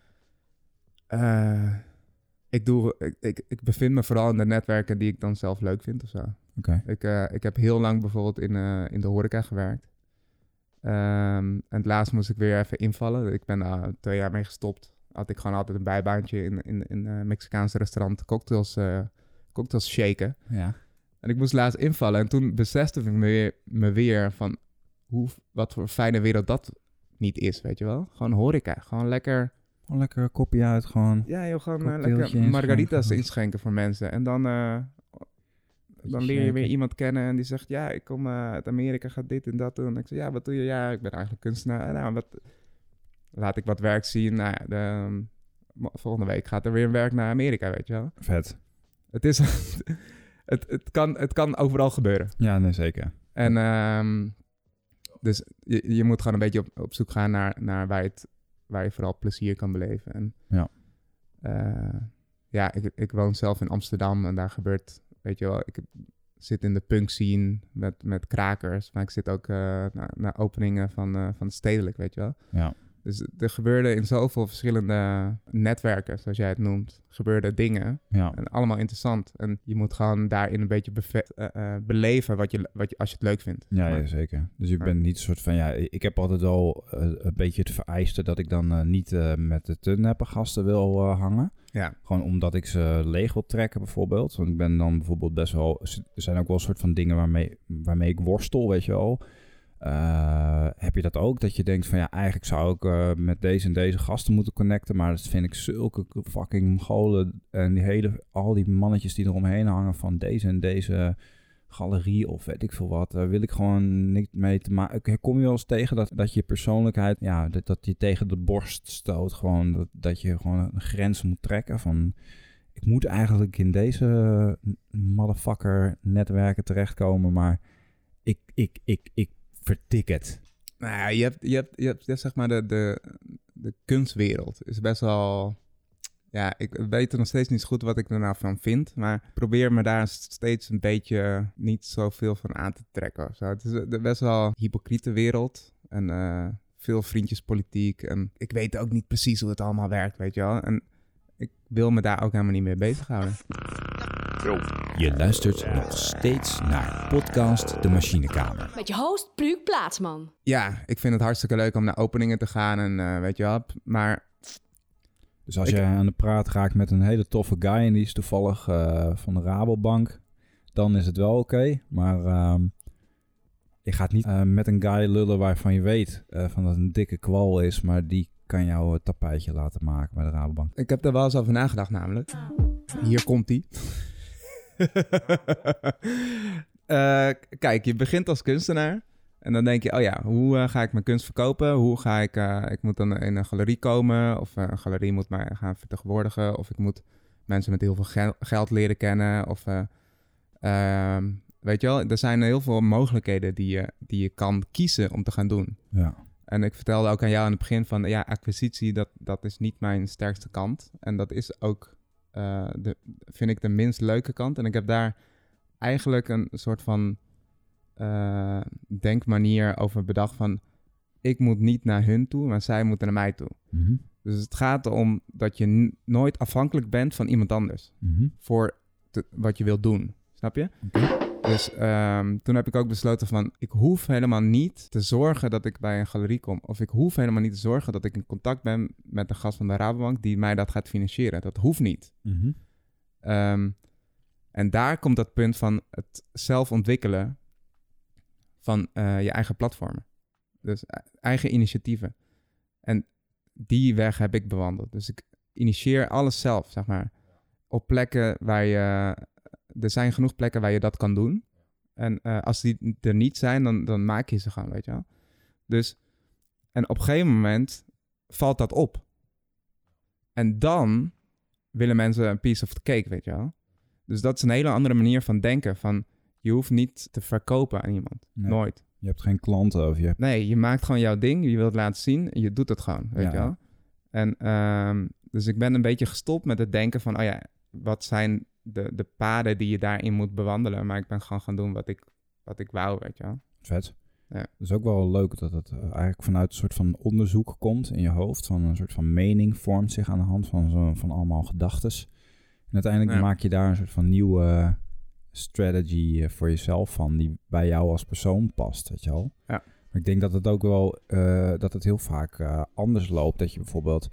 Ik bevind me vooral in de netwerken die ik dan zelf leuk vind of zo. Okay. Ik heb heel lang bijvoorbeeld in de horeca gewerkt. En het laatst moest ik weer even invallen. Ik ben daar 2 jaar mee gestopt. Had ik gewoon altijd een bijbaantje in een Mexicaanse restaurant cocktails shaken. Ja. En ik moest laatst invallen. En toen besefte ik me weer van wat voor fijne wereld dat niet is, weet je wel. Gewoon horeca. Gewoon lekker een kopje uit, gewoon. Ja, joh, gewoon lekker margaritas inschenken voor mensen. En dan leer je weer iemand kennen en die zegt, ja, ik kom uit Amerika, ga dit en dat doen. En ik zeg, ja, wat doe je? Ja, ik ben eigenlijk kunstenaar. Nou, laat ik wat werk zien. Nou ja, volgende week gaat er weer werk naar Amerika, weet je wel. Vet. Het is... Het kan overal gebeuren. Ja, nee, zeker. En dus je moet gewoon een beetje op zoek gaan naar waar je vooral plezier kan beleven. En, ik woon zelf in Amsterdam en daar gebeurt, weet je wel, ik zit in de punk scene met krakers, maar ik zit ook naar openingen van stedelijk, weet je wel. Ja. Dus er gebeurden in zoveel verschillende netwerken, zoals jij het noemt, gebeurden dingen. Ja. En allemaal interessant. En je moet gewoon daarin een beetje beleven wat je als je het leuk vindt. Ja, zeker. Dus je bent niet een soort van... Ja, ik heb altijd wel een beetje het vereiste dat ik dan niet met de te neppe gasten wil hangen. Ja. Gewoon omdat ik ze leeg wil trekken bijvoorbeeld. Want ik ben dan bijvoorbeeld best wel... Er zijn ook wel een soort van dingen waarmee ik worstel, weet je wel. Heb je dat ook? Dat je denkt van ja, eigenlijk zou ik met deze en deze gasten moeten connecten, maar dat vind ik zulke fucking Mongolen en al die mannetjes die eromheen hangen van deze en deze galerie of weet ik veel wat, wil ik gewoon niet mee te maken. Kom je wel eens tegen dat je persoonlijkheid, ja, dat je tegen de borst stoot, gewoon dat je gewoon een grens moet trekken van ik moet eigenlijk in deze motherfucker netwerken terechtkomen, maar ik vertik het. Nou ja, je hebt zeg maar de kunstwereld is best wel... Ja, ik weet nog steeds niet zo goed wat ik er nou van vind, maar probeer me daar steeds een beetje niet zoveel van aan te trekken of zo. Het is best wel een hypocriete wereld en veel vriendjespolitiek en ik weet ook niet precies hoe het allemaal werkt, weet je wel. En ik wil me daar ook helemaal niet mee bezighouden. Je luistert nog steeds naar podcast De Machinekamer. Met je host Pluk Plaatsman. Ja, ik vind het hartstikke leuk om naar openingen te gaan en weet je wel, maar... Dus als je aan de praat raakt met een hele toffe guy en die is toevallig van de Rabobank, dan is het wel oké. Maar je gaat niet met een guy lullen waarvan je weet van dat het een dikke kwal is, maar die kan jou een tapijtje laten maken bij de Rabobank. Ik heb er wel eens over nagedacht namelijk. Hier komt ie. Kijk, je begint als kunstenaar. En dan denk je, oh ja, hoe ga ik mijn kunst verkopen? Hoe ga ik moet dan in een galerie komen. Of een galerie moet mij gaan vertegenwoordigen. Of ik moet mensen met heel veel geld leren kennen. Of weet je wel, er zijn heel veel mogelijkheden die je kan kiezen om te gaan doen. Ja. En ik vertelde ook aan jou aan het begin van, ja, acquisitie, dat is niet mijn sterkste kant. En dat is ook, vind ik de minst leuke kant. En ik heb daar eigenlijk een soort van denkmanier over bedacht van, ik moet niet naar hun toe, maar zij moeten naar mij toe. Mm-hmm. Dus het gaat erom dat je nooit afhankelijk bent van iemand anders. Mm-hmm. Voor wat je wilt doen. Snap je? Okay. Dus toen heb ik ook besloten van, ik hoef helemaal niet te zorgen dat ik bij een galerie kom. Of ik hoef helemaal niet te zorgen dat ik in contact ben met een gast van de Rabobank die mij dat gaat financieren. Dat hoeft niet. Mhm. En daar komt dat punt van het zelf ontwikkelen van je eigen platformen. Dus eigen initiatieven. En die weg heb ik bewandeld. Dus ik initieer alles zelf, zeg maar. Op plekken waar je... Er zijn genoeg plekken waar je dat kan doen. En als die er niet zijn, dan maak je ze gewoon, weet je wel. Dus... En op een gegeven moment valt dat op. En dan willen mensen een piece of the cake, weet je wel. Dus dat is een hele andere manier van denken. Van, je hoeft niet te verkopen aan iemand. Nee. Nooit. Je hebt geen klanten of je... Nee, je maakt gewoon jouw ding. Je wilt het laten zien. En je doet het gewoon, weet je wel. En dus ik ben een beetje gestopt met het denken van... Oh ja, wat zijn de paden die je daarin moet bewandelen? Maar ik ben gewoon gaan doen wat ik wou, weet je wel. Vet. Ja. Het is ook wel leuk dat het eigenlijk vanuit een soort van onderzoek komt in je hoofd. Van een soort van mening vormt zich aan de hand van allemaal gedachtes. En uiteindelijk maak je daar een soort van nieuwe strategy voor jezelf van, die bij jou als persoon past, weet je wel. Ja. Maar ik denk dat het ook wel, dat het heel vaak anders loopt. Dat je bijvoorbeeld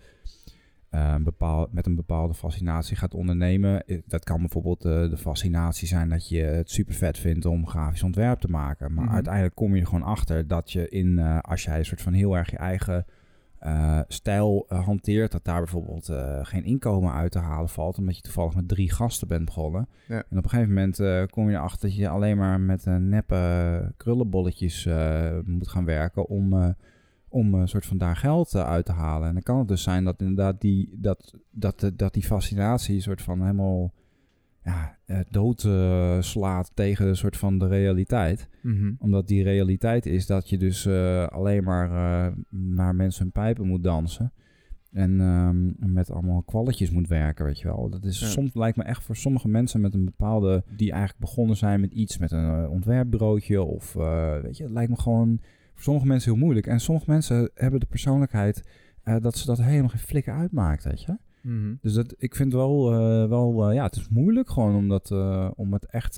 met een bepaalde fascinatie gaat ondernemen. Dat kan bijvoorbeeld de fascinatie zijn dat je het super vet vindt om grafisch ontwerp te maken. Maar uiteindelijk kom je er gewoon achter dat je als jij een soort van heel erg je eigen stijl hanteert, dat daar bijvoorbeeld geen inkomen uit te halen valt, omdat je toevallig met 3 gasten bent begonnen. Ja. En op een gegeven moment kom je erachter dat je alleen maar met neppe krullenbolletjes moet gaan werken om een soort van daar geld uit te halen. En dan kan het dus zijn dat inderdaad die fascinatie een soort van helemaal dood slaat tegen een soort van de realiteit. Mm-hmm. Omdat die realiteit is dat je dus alleen maar naar mensen hun pijpen moet dansen. En met allemaal kwalletjes moet werken, weet je wel. Dat is soms, lijkt me echt voor sommige mensen met een bepaalde... die eigenlijk begonnen zijn met iets, met een ontwerpbureautje of weet je, het lijkt me gewoon voor sommige mensen heel moeilijk. En sommige mensen hebben de persoonlijkheid dat ze dat helemaal geen flikker uitmaakt, weet je. Mm-hmm. Dus ik vind wel het is moeilijk gewoon om het echt,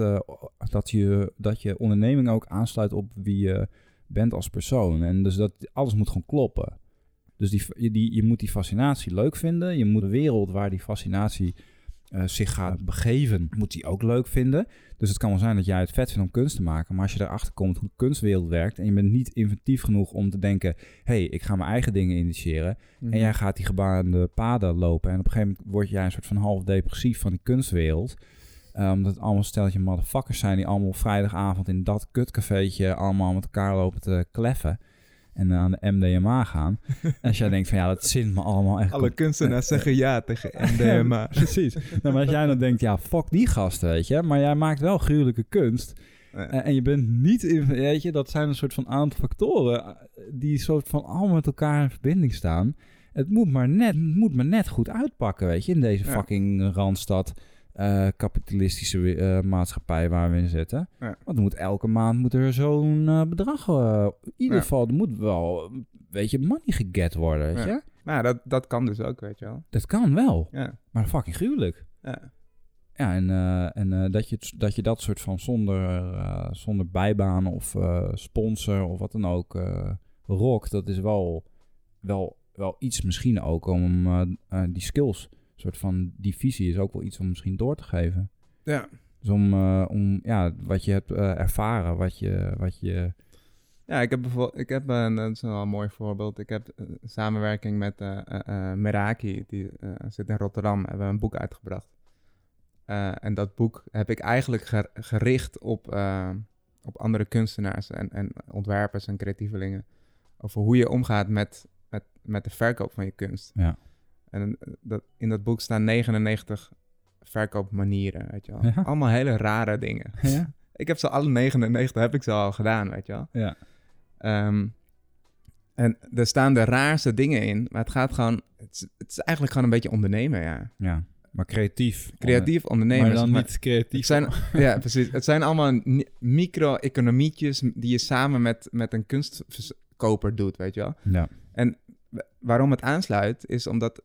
dat je onderneming ook aansluit op wie je bent als persoon. En dus dat alles moet gewoon kloppen. Dus je moet die fascinatie leuk vinden. Je moet de wereld waar die fascinatie zich gaat begeven, moet die ook leuk vinden. Dus het kan wel zijn dat jij het vet vindt om kunst te maken. Maar als je erachter komt hoe de kunstwereld werkt en je bent niet inventief genoeg om te denken, hey, ik ga mijn eigen dingen initiëren. Mm-hmm. En jij gaat die gebaande paden lopen. En op een gegeven moment word jij een soort van half depressief van die kunstwereld. Omdat het allemaal steltje motherfuckers zijn die allemaal vrijdagavond in dat kutcafeetje allemaal met elkaar lopen te kleffen. En aan de MDMA gaan. En als jij denkt van dat zint me allemaal echt... Alle kunstenaars zeggen ja tegen MDMA. Precies. Nou, maar als jij dan denkt, fuck die gasten, weet je. Maar jij maakt wel gruwelijke kunst. En je bent niet in... Weet je, dat zijn een soort van aantal factoren die soort van allemaal met elkaar in verbinding staan. Het moet maar net goed uitpakken, weet je. In deze fucking Randstad... kapitalistische maatschappij waar we in zitten. Ja. Want er moet elke maand er zo'n bedrag... in ieder geval, er moet wel money geget worden, weet je? Nou, dat kan dus ook, weet je wel. Dat kan wel, ja. Maar fucking gruwelijk. Ja. Ja, en dat je dat soort van zonder bijbaan of sponsor of wat dan ook rock, dat is wel iets misschien ook om die skills... soort van die visie is ook wel iets om misschien door te geven. Ja. Dus om wat je hebt ervaren, wat je... Ja, ik heb dat is wel een mooi voorbeeld. Ik heb samenwerking met Meraki, die zit in Rotterdam, hebben we een boek uitgebracht. En dat boek heb ik eigenlijk gericht op andere kunstenaars en ontwerpers en creatievelingen. Over hoe je omgaat met de verkoop van je kunst. Ja. En in dat boek staan 99 verkoopmanieren, weet je wel. Ja. Allemaal hele rare dingen. Ja. Ik heb ze alle 99 heb ik ze al gedaan, weet je wel. Ja. En er staan de raarste dingen in, maar het gaat gewoon... Het is eigenlijk gewoon een beetje ondernemen, ja. Ja, maar creatief. Creatief ondernemen. Maar dan niet creatief. Ja, precies. Het zijn allemaal micro-economietjes die je samen met een kunstkoper doet, weet je wel. Ja. En waarom het aansluit, is omdat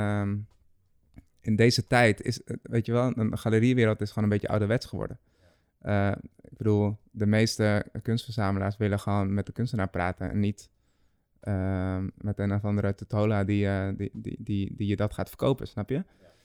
in deze tijd is, weet je wel, een galeriewereld is gewoon een beetje ouderwets geworden. Ik bedoel, de meeste kunstverzamelaars willen gewoon met de kunstenaar praten en niet met een of andere tutola die je dat gaat verkopen, snap je?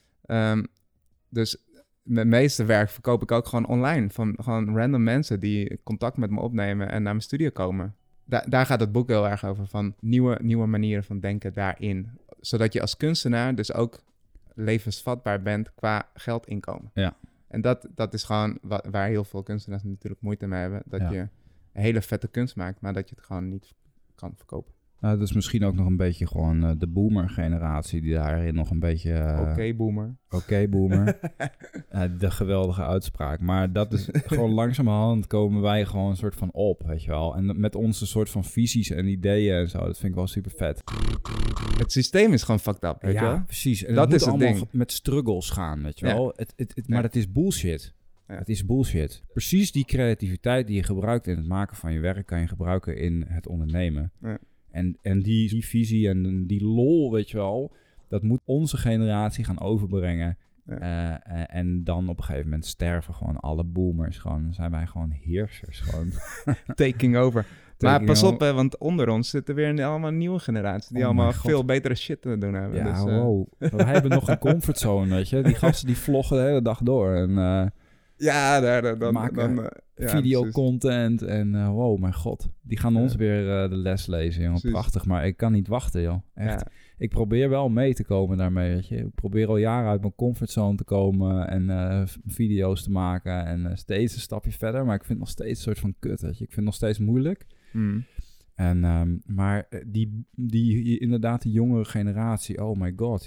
Dus mijn meeste werk verkoop ik ook gewoon online. Van gewoon random mensen die contact met me opnemen en naar mijn studio komen. Daar gaat het boek heel erg over, van nieuwe manieren van denken daarin. Zodat je als kunstenaar dus ook levensvatbaar bent qua geldinkomen. Ja. En dat is gewoon waar heel veel kunstenaars natuurlijk moeite mee hebben. Dat je een hele vette kunst maakt, maar dat je het gewoon niet kan verkopen. Nou, dat is misschien ook nog een beetje gewoon de boomer-generatie die daarin nog een beetje... Oké, boomer. Oké, boomer. De geweldige uitspraak. Maar dat is gewoon langzamerhand komen wij gewoon een soort van op, weet je wel. En met onze soort van visies en ideeën en zo, dat vind ik wel super vet. Het systeem is gewoon fucked up, weet je wel? Ja, precies. En dat het is moet het allemaal ding. met struggles gaan, weet je wel. Maar dat is bullshit. Ja. Het is bullshit. Precies die creativiteit die je gebruikt in het maken van je werk, kan je gebruiken in het ondernemen. Ja. En die visie en die lol, weet je wel, dat moet onze generatie gaan overbrengen. Ja. En dan op een gegeven moment sterven gewoon alle boomers. Gewoon zijn wij gewoon heersers. Gewoon. Taking over. Maar pas op, want onder ons zitten weer allemaal nieuwe generaties die allemaal veel betere shit te doen hebben. Ja, dus, wow. Wij hebben nog een comfortzone, weet je. Die gasten die vloggen de hele dag door. En, dan maken videocontent en wow, mijn god. Die gaan ons weer de les lezen, jongen. Precies. Prachtig, maar ik kan niet wachten, joh. Echt. Ja. Ik probeer wel mee te komen daarmee, weet je. Ik probeer al jaren uit mijn comfortzone te komen en video's te maken en steeds een stapje verder. Maar ik vind het nog steeds een soort van kut, weet je. Ik vind het nog steeds moeilijk. En, maar die inderdaad die jongere generatie, oh my god,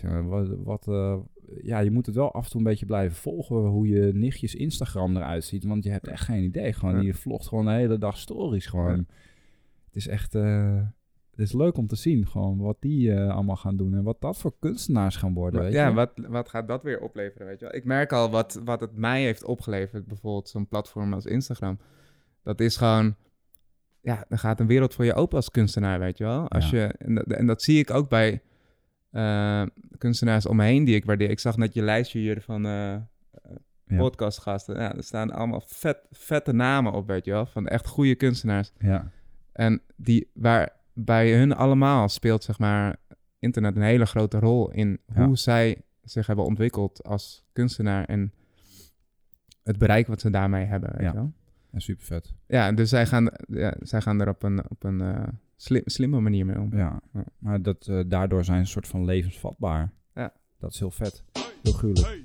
ja, je moet het wel af en toe een beetje blijven volgen hoe je nichtjes Instagram eruit ziet, want je hebt echt geen idee. Gewoon, die vlogt gewoon de hele dag stories gewoon. Ja. Het is echt, het is leuk om te zien gewoon wat die allemaal gaan doen en wat dat voor kunstenaars gaan worden. Weet je? Wat gaat dat weer opleveren, weet je wel? Ik merk al wat het mij heeft opgeleverd, bijvoorbeeld zo'n platform als Instagram. Dat is gewoon, ja, dan gaat een wereld voor je open als kunstenaar, weet je wel. Als je, en dat zie ik ook bij kunstenaars om me heen die ik waardeer. Ik zag net je lijstje hier van podcastgasten. Ja, er staan allemaal vette namen op, weet je wel. Van echt goede kunstenaars. Ja. En waar bij hun allemaal speelt, zeg maar, internet een hele grote rol in hoe zij zich hebben ontwikkeld als kunstenaar en het bereik wat ze daarmee hebben, weet je wel. Ja, super vet. Ja, dus zij gaan er op een slimme manier mee om. Ja, maar daardoor zijn ze een soort van levensvatbaar. Ja. Dat is heel vet. Heel gruwelijk.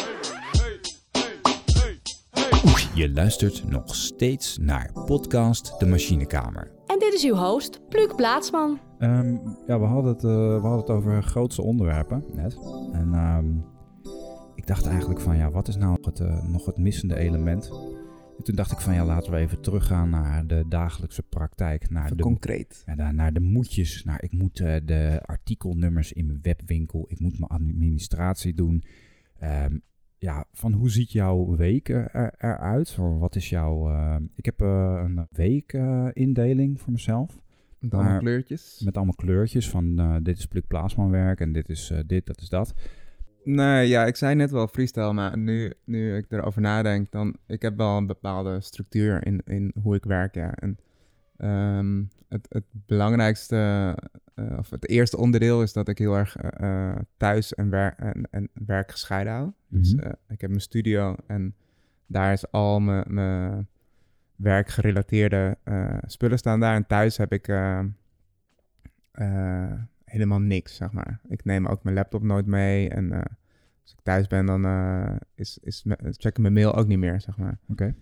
Je luistert nog steeds naar podcast De Machinekamer. En dit is uw host, Pluk Plaatsman. Ja, we hadden het over grootste onderwerpen net. En ik dacht eigenlijk van, ja, wat is nou nog het missende element? En toen dacht ik van, ja, laten we even teruggaan naar de dagelijkse praktijk. Concreet. Naar de moedjes. Ik moet de artikelnummers in mijn webwinkel. Ik moet mijn administratie doen. Van hoe ziet jouw week eruit? Wat is jouw... ik heb een weekindeling voor mezelf. Met allemaal kleurtjes? Met allemaal kleurtjes van dit is Pluk Plaatsman werk en dit is dit, dat is dat. Nee, ja, ik zei net wel freestyle, maar nu ik erover nadenk, dan... Ik heb wel een bepaalde structuur in hoe ik werk, ja. En het belangrijkste, of het eerste onderdeel is dat ik heel erg thuis en werk gescheiden hou. Mm-hmm. Dus ik heb mijn studio en daar is al mijn werkgerelateerde spullen staan daar. En thuis heb ik helemaal niks, zeg maar. Ik neem ook mijn laptop nooit mee en als ik thuis ben, dan check ik mijn mail ook niet meer, zeg maar. Oké.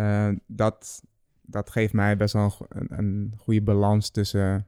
Dat geeft mij best wel een goede balans tussen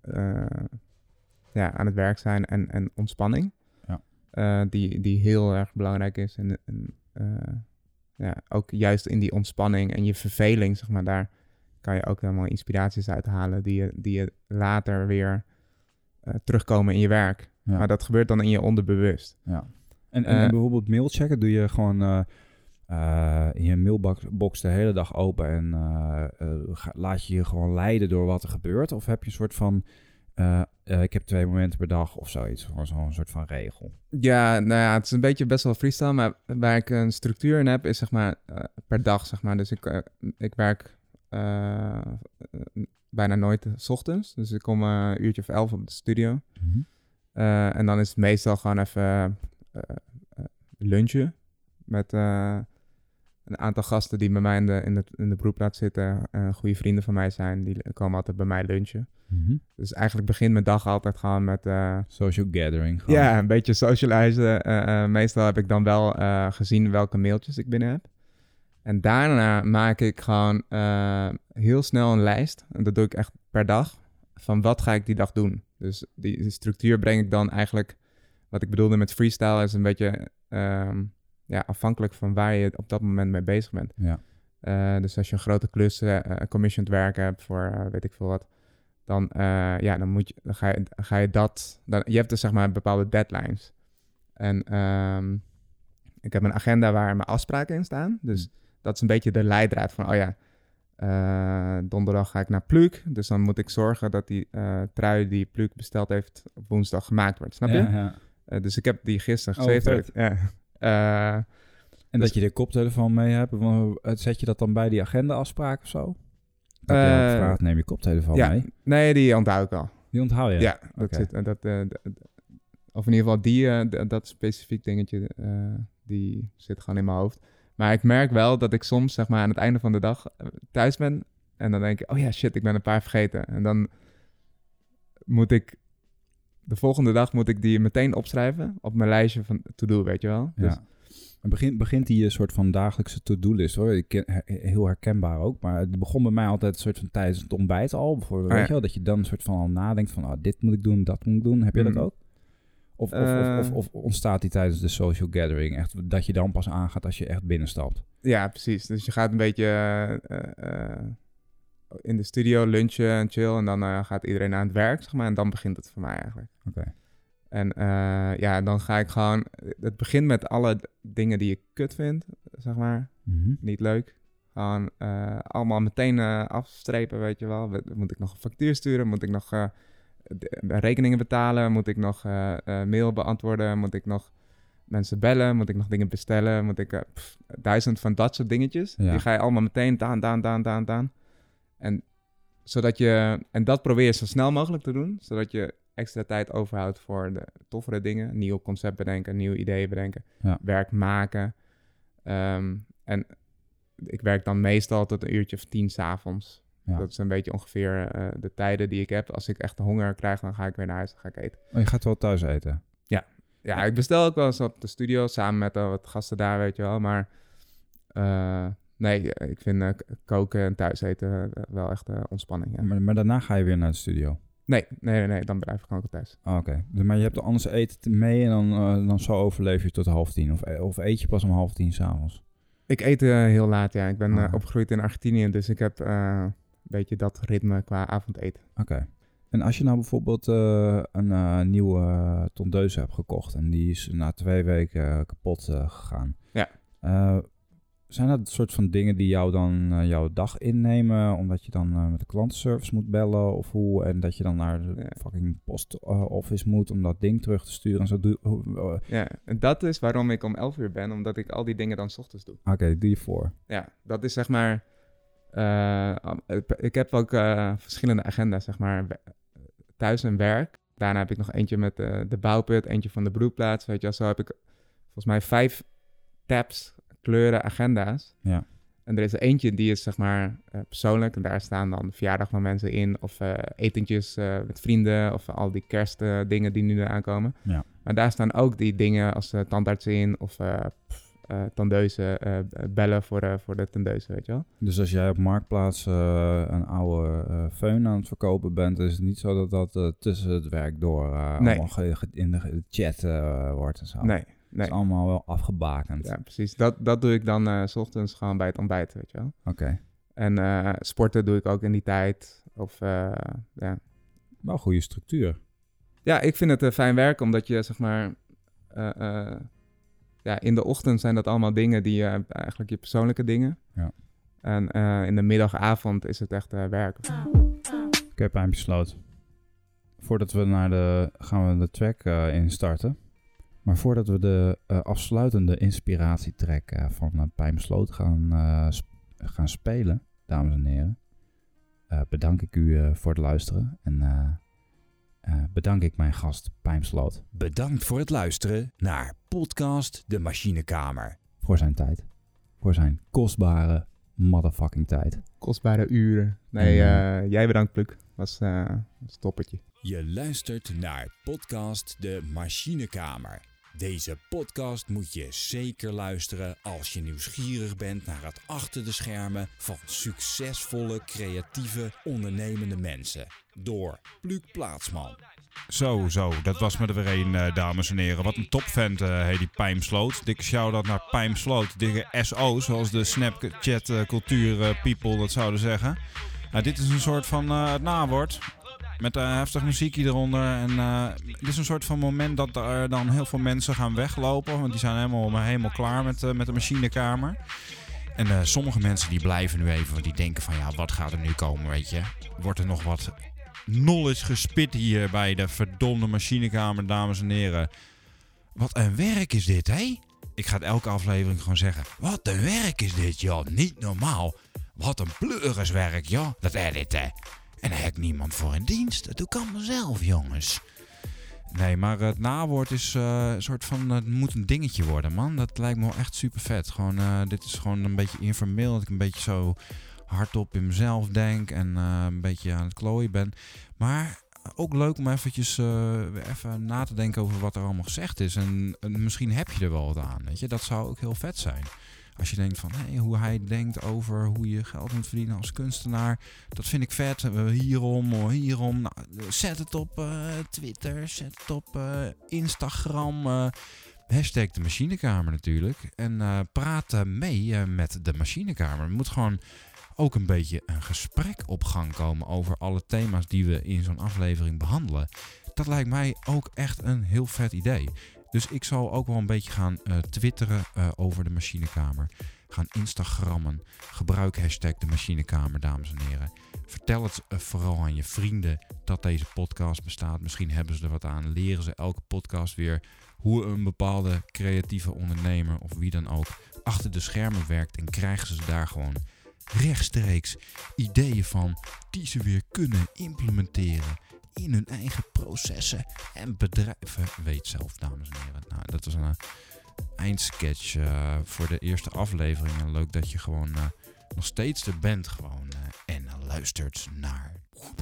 aan het werk zijn en ontspanning. Ja. Die heel erg belangrijk is. En ook juist in die ontspanning en je verveling, zeg maar, daar kan je ook helemaal inspiraties uithalen die je later weer terugkomen in je werk. Ja. Maar dat gebeurt dan in je onderbewust. Ja. En bijvoorbeeld mailchecken doe je gewoon... in je mailbox de hele dag open en laat je je gewoon leiden door wat er gebeurt? Of heb je een soort van ik heb 2 momenten per dag of zoiets. Gewoon zo'n soort van regel. Ja, nou ja, het is een beetje best wel freestyle, maar waar ik een structuur in heb, is zeg maar per dag, zeg maar. Dus ik werk bijna nooit 's ochtends. Dus ik kom een uurtje of 11 op de studio. Mm-hmm. En dan is het meestal gewoon even lunchen met een aantal gasten die bij mij in de broedplaats zitten. Goede vrienden van mij zijn, die komen altijd bij mij lunchen. Mm-hmm. Dus eigenlijk begint mijn dag altijd gewoon met... Social gathering. Gewoon. Ja, een beetje socializen. Meestal heb ik dan wel gezien welke mailtjes ik binnen heb. En daarna maak ik gewoon heel snel een lijst. En dat doe ik echt per dag. Van wat ga ik die dag doen? Dus die structuur breng ik dan eigenlijk... Wat ik bedoelde met freestyle is een beetje afhankelijk van waar je op dat moment mee bezig bent. Ja. Dus als je een grote klus commissioned werk hebt voor weet ik veel wat... Dan ga je dat... je hebt dus zeg maar bepaalde deadlines. En ik heb een agenda waar mijn afspraken in staan. Dus dat is een beetje de leidraad van... donderdag ga ik naar Pluk. Dus dan moet ik zorgen dat die trui die Pluk besteld heeft... op woensdag gemaakt wordt. Snap je? Ja. Dus ik heb die gisteren gezeten. En dus, dat je de koptelefoon mee hebt. Zet je dat dan bij die agenda-afspraak of zo? Ik heb je gevraagd, neem je koptelefoon mee? Nee, die onthoud ik al. Die onthoud je? Ja, dat zit... of in ieder geval dat specifiek dingetje... die zit gewoon in mijn hoofd. Maar ik merk wel dat ik soms zeg maar aan het einde van de dag thuis ben... en dan denk ik, oh ja, shit, ik ben een paar vergeten. En dan moet ik... de volgende dag moet ik die meteen opschrijven... op mijn lijstje van to-do, weet je wel. Ja. Dus, begint die soort van dagelijkse to-do-list, hoor. Heel herkenbaar ook. Maar het begon bij mij altijd een soort van tijdens het ontbijt al. Bijvoorbeeld, weet je wel, dat je dan een soort van al nadenkt van... dit moet ik doen, dat moet ik doen. Heb je dat ook? Of ontstaat die tijdens de social gathering? Echt dat je dan pas aangaat als je echt binnenstapt? Ja, precies. Dus je gaat een beetje in de studio lunchen en chill. En dan gaat iedereen aan het werk, zeg maar. En dan begint het voor mij eigenlijk. Oké. En dan ga ik gewoon... Het begint met alle dingen die ik kut vind, zeg maar. Mm-hmm. Niet leuk. Gewoon allemaal meteen afstrepen, weet je wel. Moet ik nog een factuur sturen? Moet ik nog rekeningen betalen? Moet ik nog mail beantwoorden? Moet ik nog mensen bellen? Moet ik nog dingen bestellen? Moet ik 1000 van dat soort dingetjes? Ja. Die ga je allemaal meteen daan. En dat probeer je zo snel mogelijk te doen, zodat je extra tijd overhoudt voor de toffere dingen. Nieuw concept bedenken, nieuwe ideeën bedenken, werk maken. En ik werk dan meestal tot een uurtje of 10 s'avonds. Ja. Dat is een beetje ongeveer de tijden die ik heb. Als ik echt honger krijg, dan ga ik weer naar huis, dan ga ik eten. Oh, je gaat wel thuis eten? Ja, ik bestel ook wel eens op de studio, samen met wat gasten daar, weet je wel. Maar nee, ik vind koken en thuis eten wel echt ontspanning. Ja. Maar daarna ga je weer naar de studio? Nee, dan blijf ik gewoon thuis. Oh, oké. Maar je hebt er anders eten mee en dan zo overleef je tot 9:30? Of eet je pas om 9:30 s'avonds? Ik eet heel laat, ja. Ik ben opgegroeid in Argentinië, dus ik heb een beetje dat ritme qua avondeten. Oké. En als je nou bijvoorbeeld een nieuwe tondeuse hebt gekocht en die is na 2 weken kapot gegaan. Ja. Zijn dat soort van dingen die jou dan jouw dag innemen, omdat je dan met de klantenservice moet bellen of hoe, en dat je dan naar de fucking post office moet om dat ding terug te sturen en zo? Ja, en dat is waarom ik om 11:00 ben, omdat ik al die dingen dan 's ochtends doe. Oké, doe je voor. Ja, dat is zeg maar, ik heb ook verschillende agenda's, zeg maar, thuis en werk. Daarna heb ik nog eentje met de bouwput, eentje van de broedplaats, weet je wel. Zo heb ik volgens mij 5 tabs, kleuren, agenda's. Ja. En er is er eentje die is zeg maar persoonlijk. En daar staan dan de verjaardag van mensen in. Of etentjes met vrienden. Of al die kerstdingen die nu aankomen. Ja. Maar daar staan ook die dingen als tandarts in. Of tondeuzen, bellen voor de tondeuzen, weet je wel. Dus als jij op Marktplaats een oude föhn aan het verkopen bent, is het niet zo dat dat tussen het werk door allemaal in de chat wordt en zo? Nee. Het is allemaal wel afgebakend. Ja, precies. Dat doe ik dan 's ochtends gewoon bij het ontbijt, weet je wel. Oké. En sporten doe ik ook in die tijd. Of ja. Wel goede structuur. Ja, ik vind het fijn werk, omdat je zeg maar... in de ochtend zijn dat allemaal dingen die eigenlijk je persoonlijke dingen. Ja. En in de middagavond is het echt werk. Oké, pijnbesloot. voordat we gaan we de track instarten. Maar voordat we de afsluitende inspiratietrack van Pijm Sloot gaan spelen, dames en heren, bedank ik u voor het luisteren en bedank ik mijn gast Pijm Sloot. Bedankt voor het luisteren naar podcast De Machinekamer. Voor zijn tijd. Voor zijn kostbare motherfucking tijd. Kostbare uren. Nee, jij bedankt, Pluk. Was een toppertje. Je luistert naar podcast De Machinekamer. Deze podcast moet je zeker luisteren als je nieuwsgierig bent naar het achter de schermen van succesvolle, creatieve, ondernemende mensen. Door Pluk Plaatsman. Zo, dat was me er weer een, dames en heren. Wat een topvent heet die Pijm Sloot. Dikke shout-out naar Pijm Sloot. Dikke SO, zoals de Snapchat cultuur people dat zouden zeggen. Dit is een soort van het nawoord. Met heftig muziekje eronder. En dit is een soort van moment dat er dan heel veel mensen gaan weglopen. Want die zijn helemaal klaar met de machinekamer. En sommige mensen die blijven nu even. Want die denken van ja, wat gaat er nu komen, weet je. Wordt er nog wat knowledge gespit hier bij de verdomde machinekamer, dames en heren. Wat een werk is dit, hé? Ik ga het elke aflevering gewoon zeggen. Wat een werk is dit, joh. Niet normaal. Wat een pleuriswerk, joh. Dat editen. En daar heb ik niemand voor in dienst. Dat doe ik allemaal zelf, jongens. Nee, maar het nawoord is een soort van... Het moet een dingetje worden, man. Dat lijkt me wel echt super vet. Gewoon, dit is gewoon een beetje informeel. Dat ik een beetje zo hardop in mezelf denk. En een beetje aan het klooien ben. Maar ook leuk om eventjes even na te denken over wat er allemaal gezegd is. En misschien heb je er wel wat aan, weet je. Dat zou ook heel vet zijn. Als je denkt van, hoe hij denkt over hoe je geld moet verdienen als kunstenaar. Dat vind ik vet. Hierom. Nou, zet het op Twitter. Zet het op Instagram. Hashtag de machinekamer natuurlijk. En praat mee met de machinekamer. Er moet gewoon ook een beetje een gesprek op gang komen over alle thema's die we in zo'n aflevering behandelen. Dat lijkt mij ook echt een heel vet idee. Dus ik zal ook wel een beetje gaan twitteren over de machinekamer. Gaan Instagrammen. Gebruik hashtag de machinekamer, dames en heren. Vertel het vooral aan je vrienden dat deze podcast bestaat. Misschien hebben ze er wat aan. Leren ze elke podcast weer hoe een bepaalde creatieve ondernemer of wie dan ook achter de schermen werkt. En krijgen ze daar gewoon rechtstreeks ideeën van die ze weer kunnen implementeren in hun eigen processen en bedrijven. Weet zelf, dames en heren. Nou, dat was een eindsketch voor de eerste aflevering. En leuk dat je gewoon nog steeds er bent gewoon en luistert naar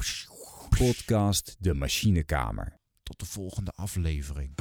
podcast De Machinekamer. Tot de volgende aflevering.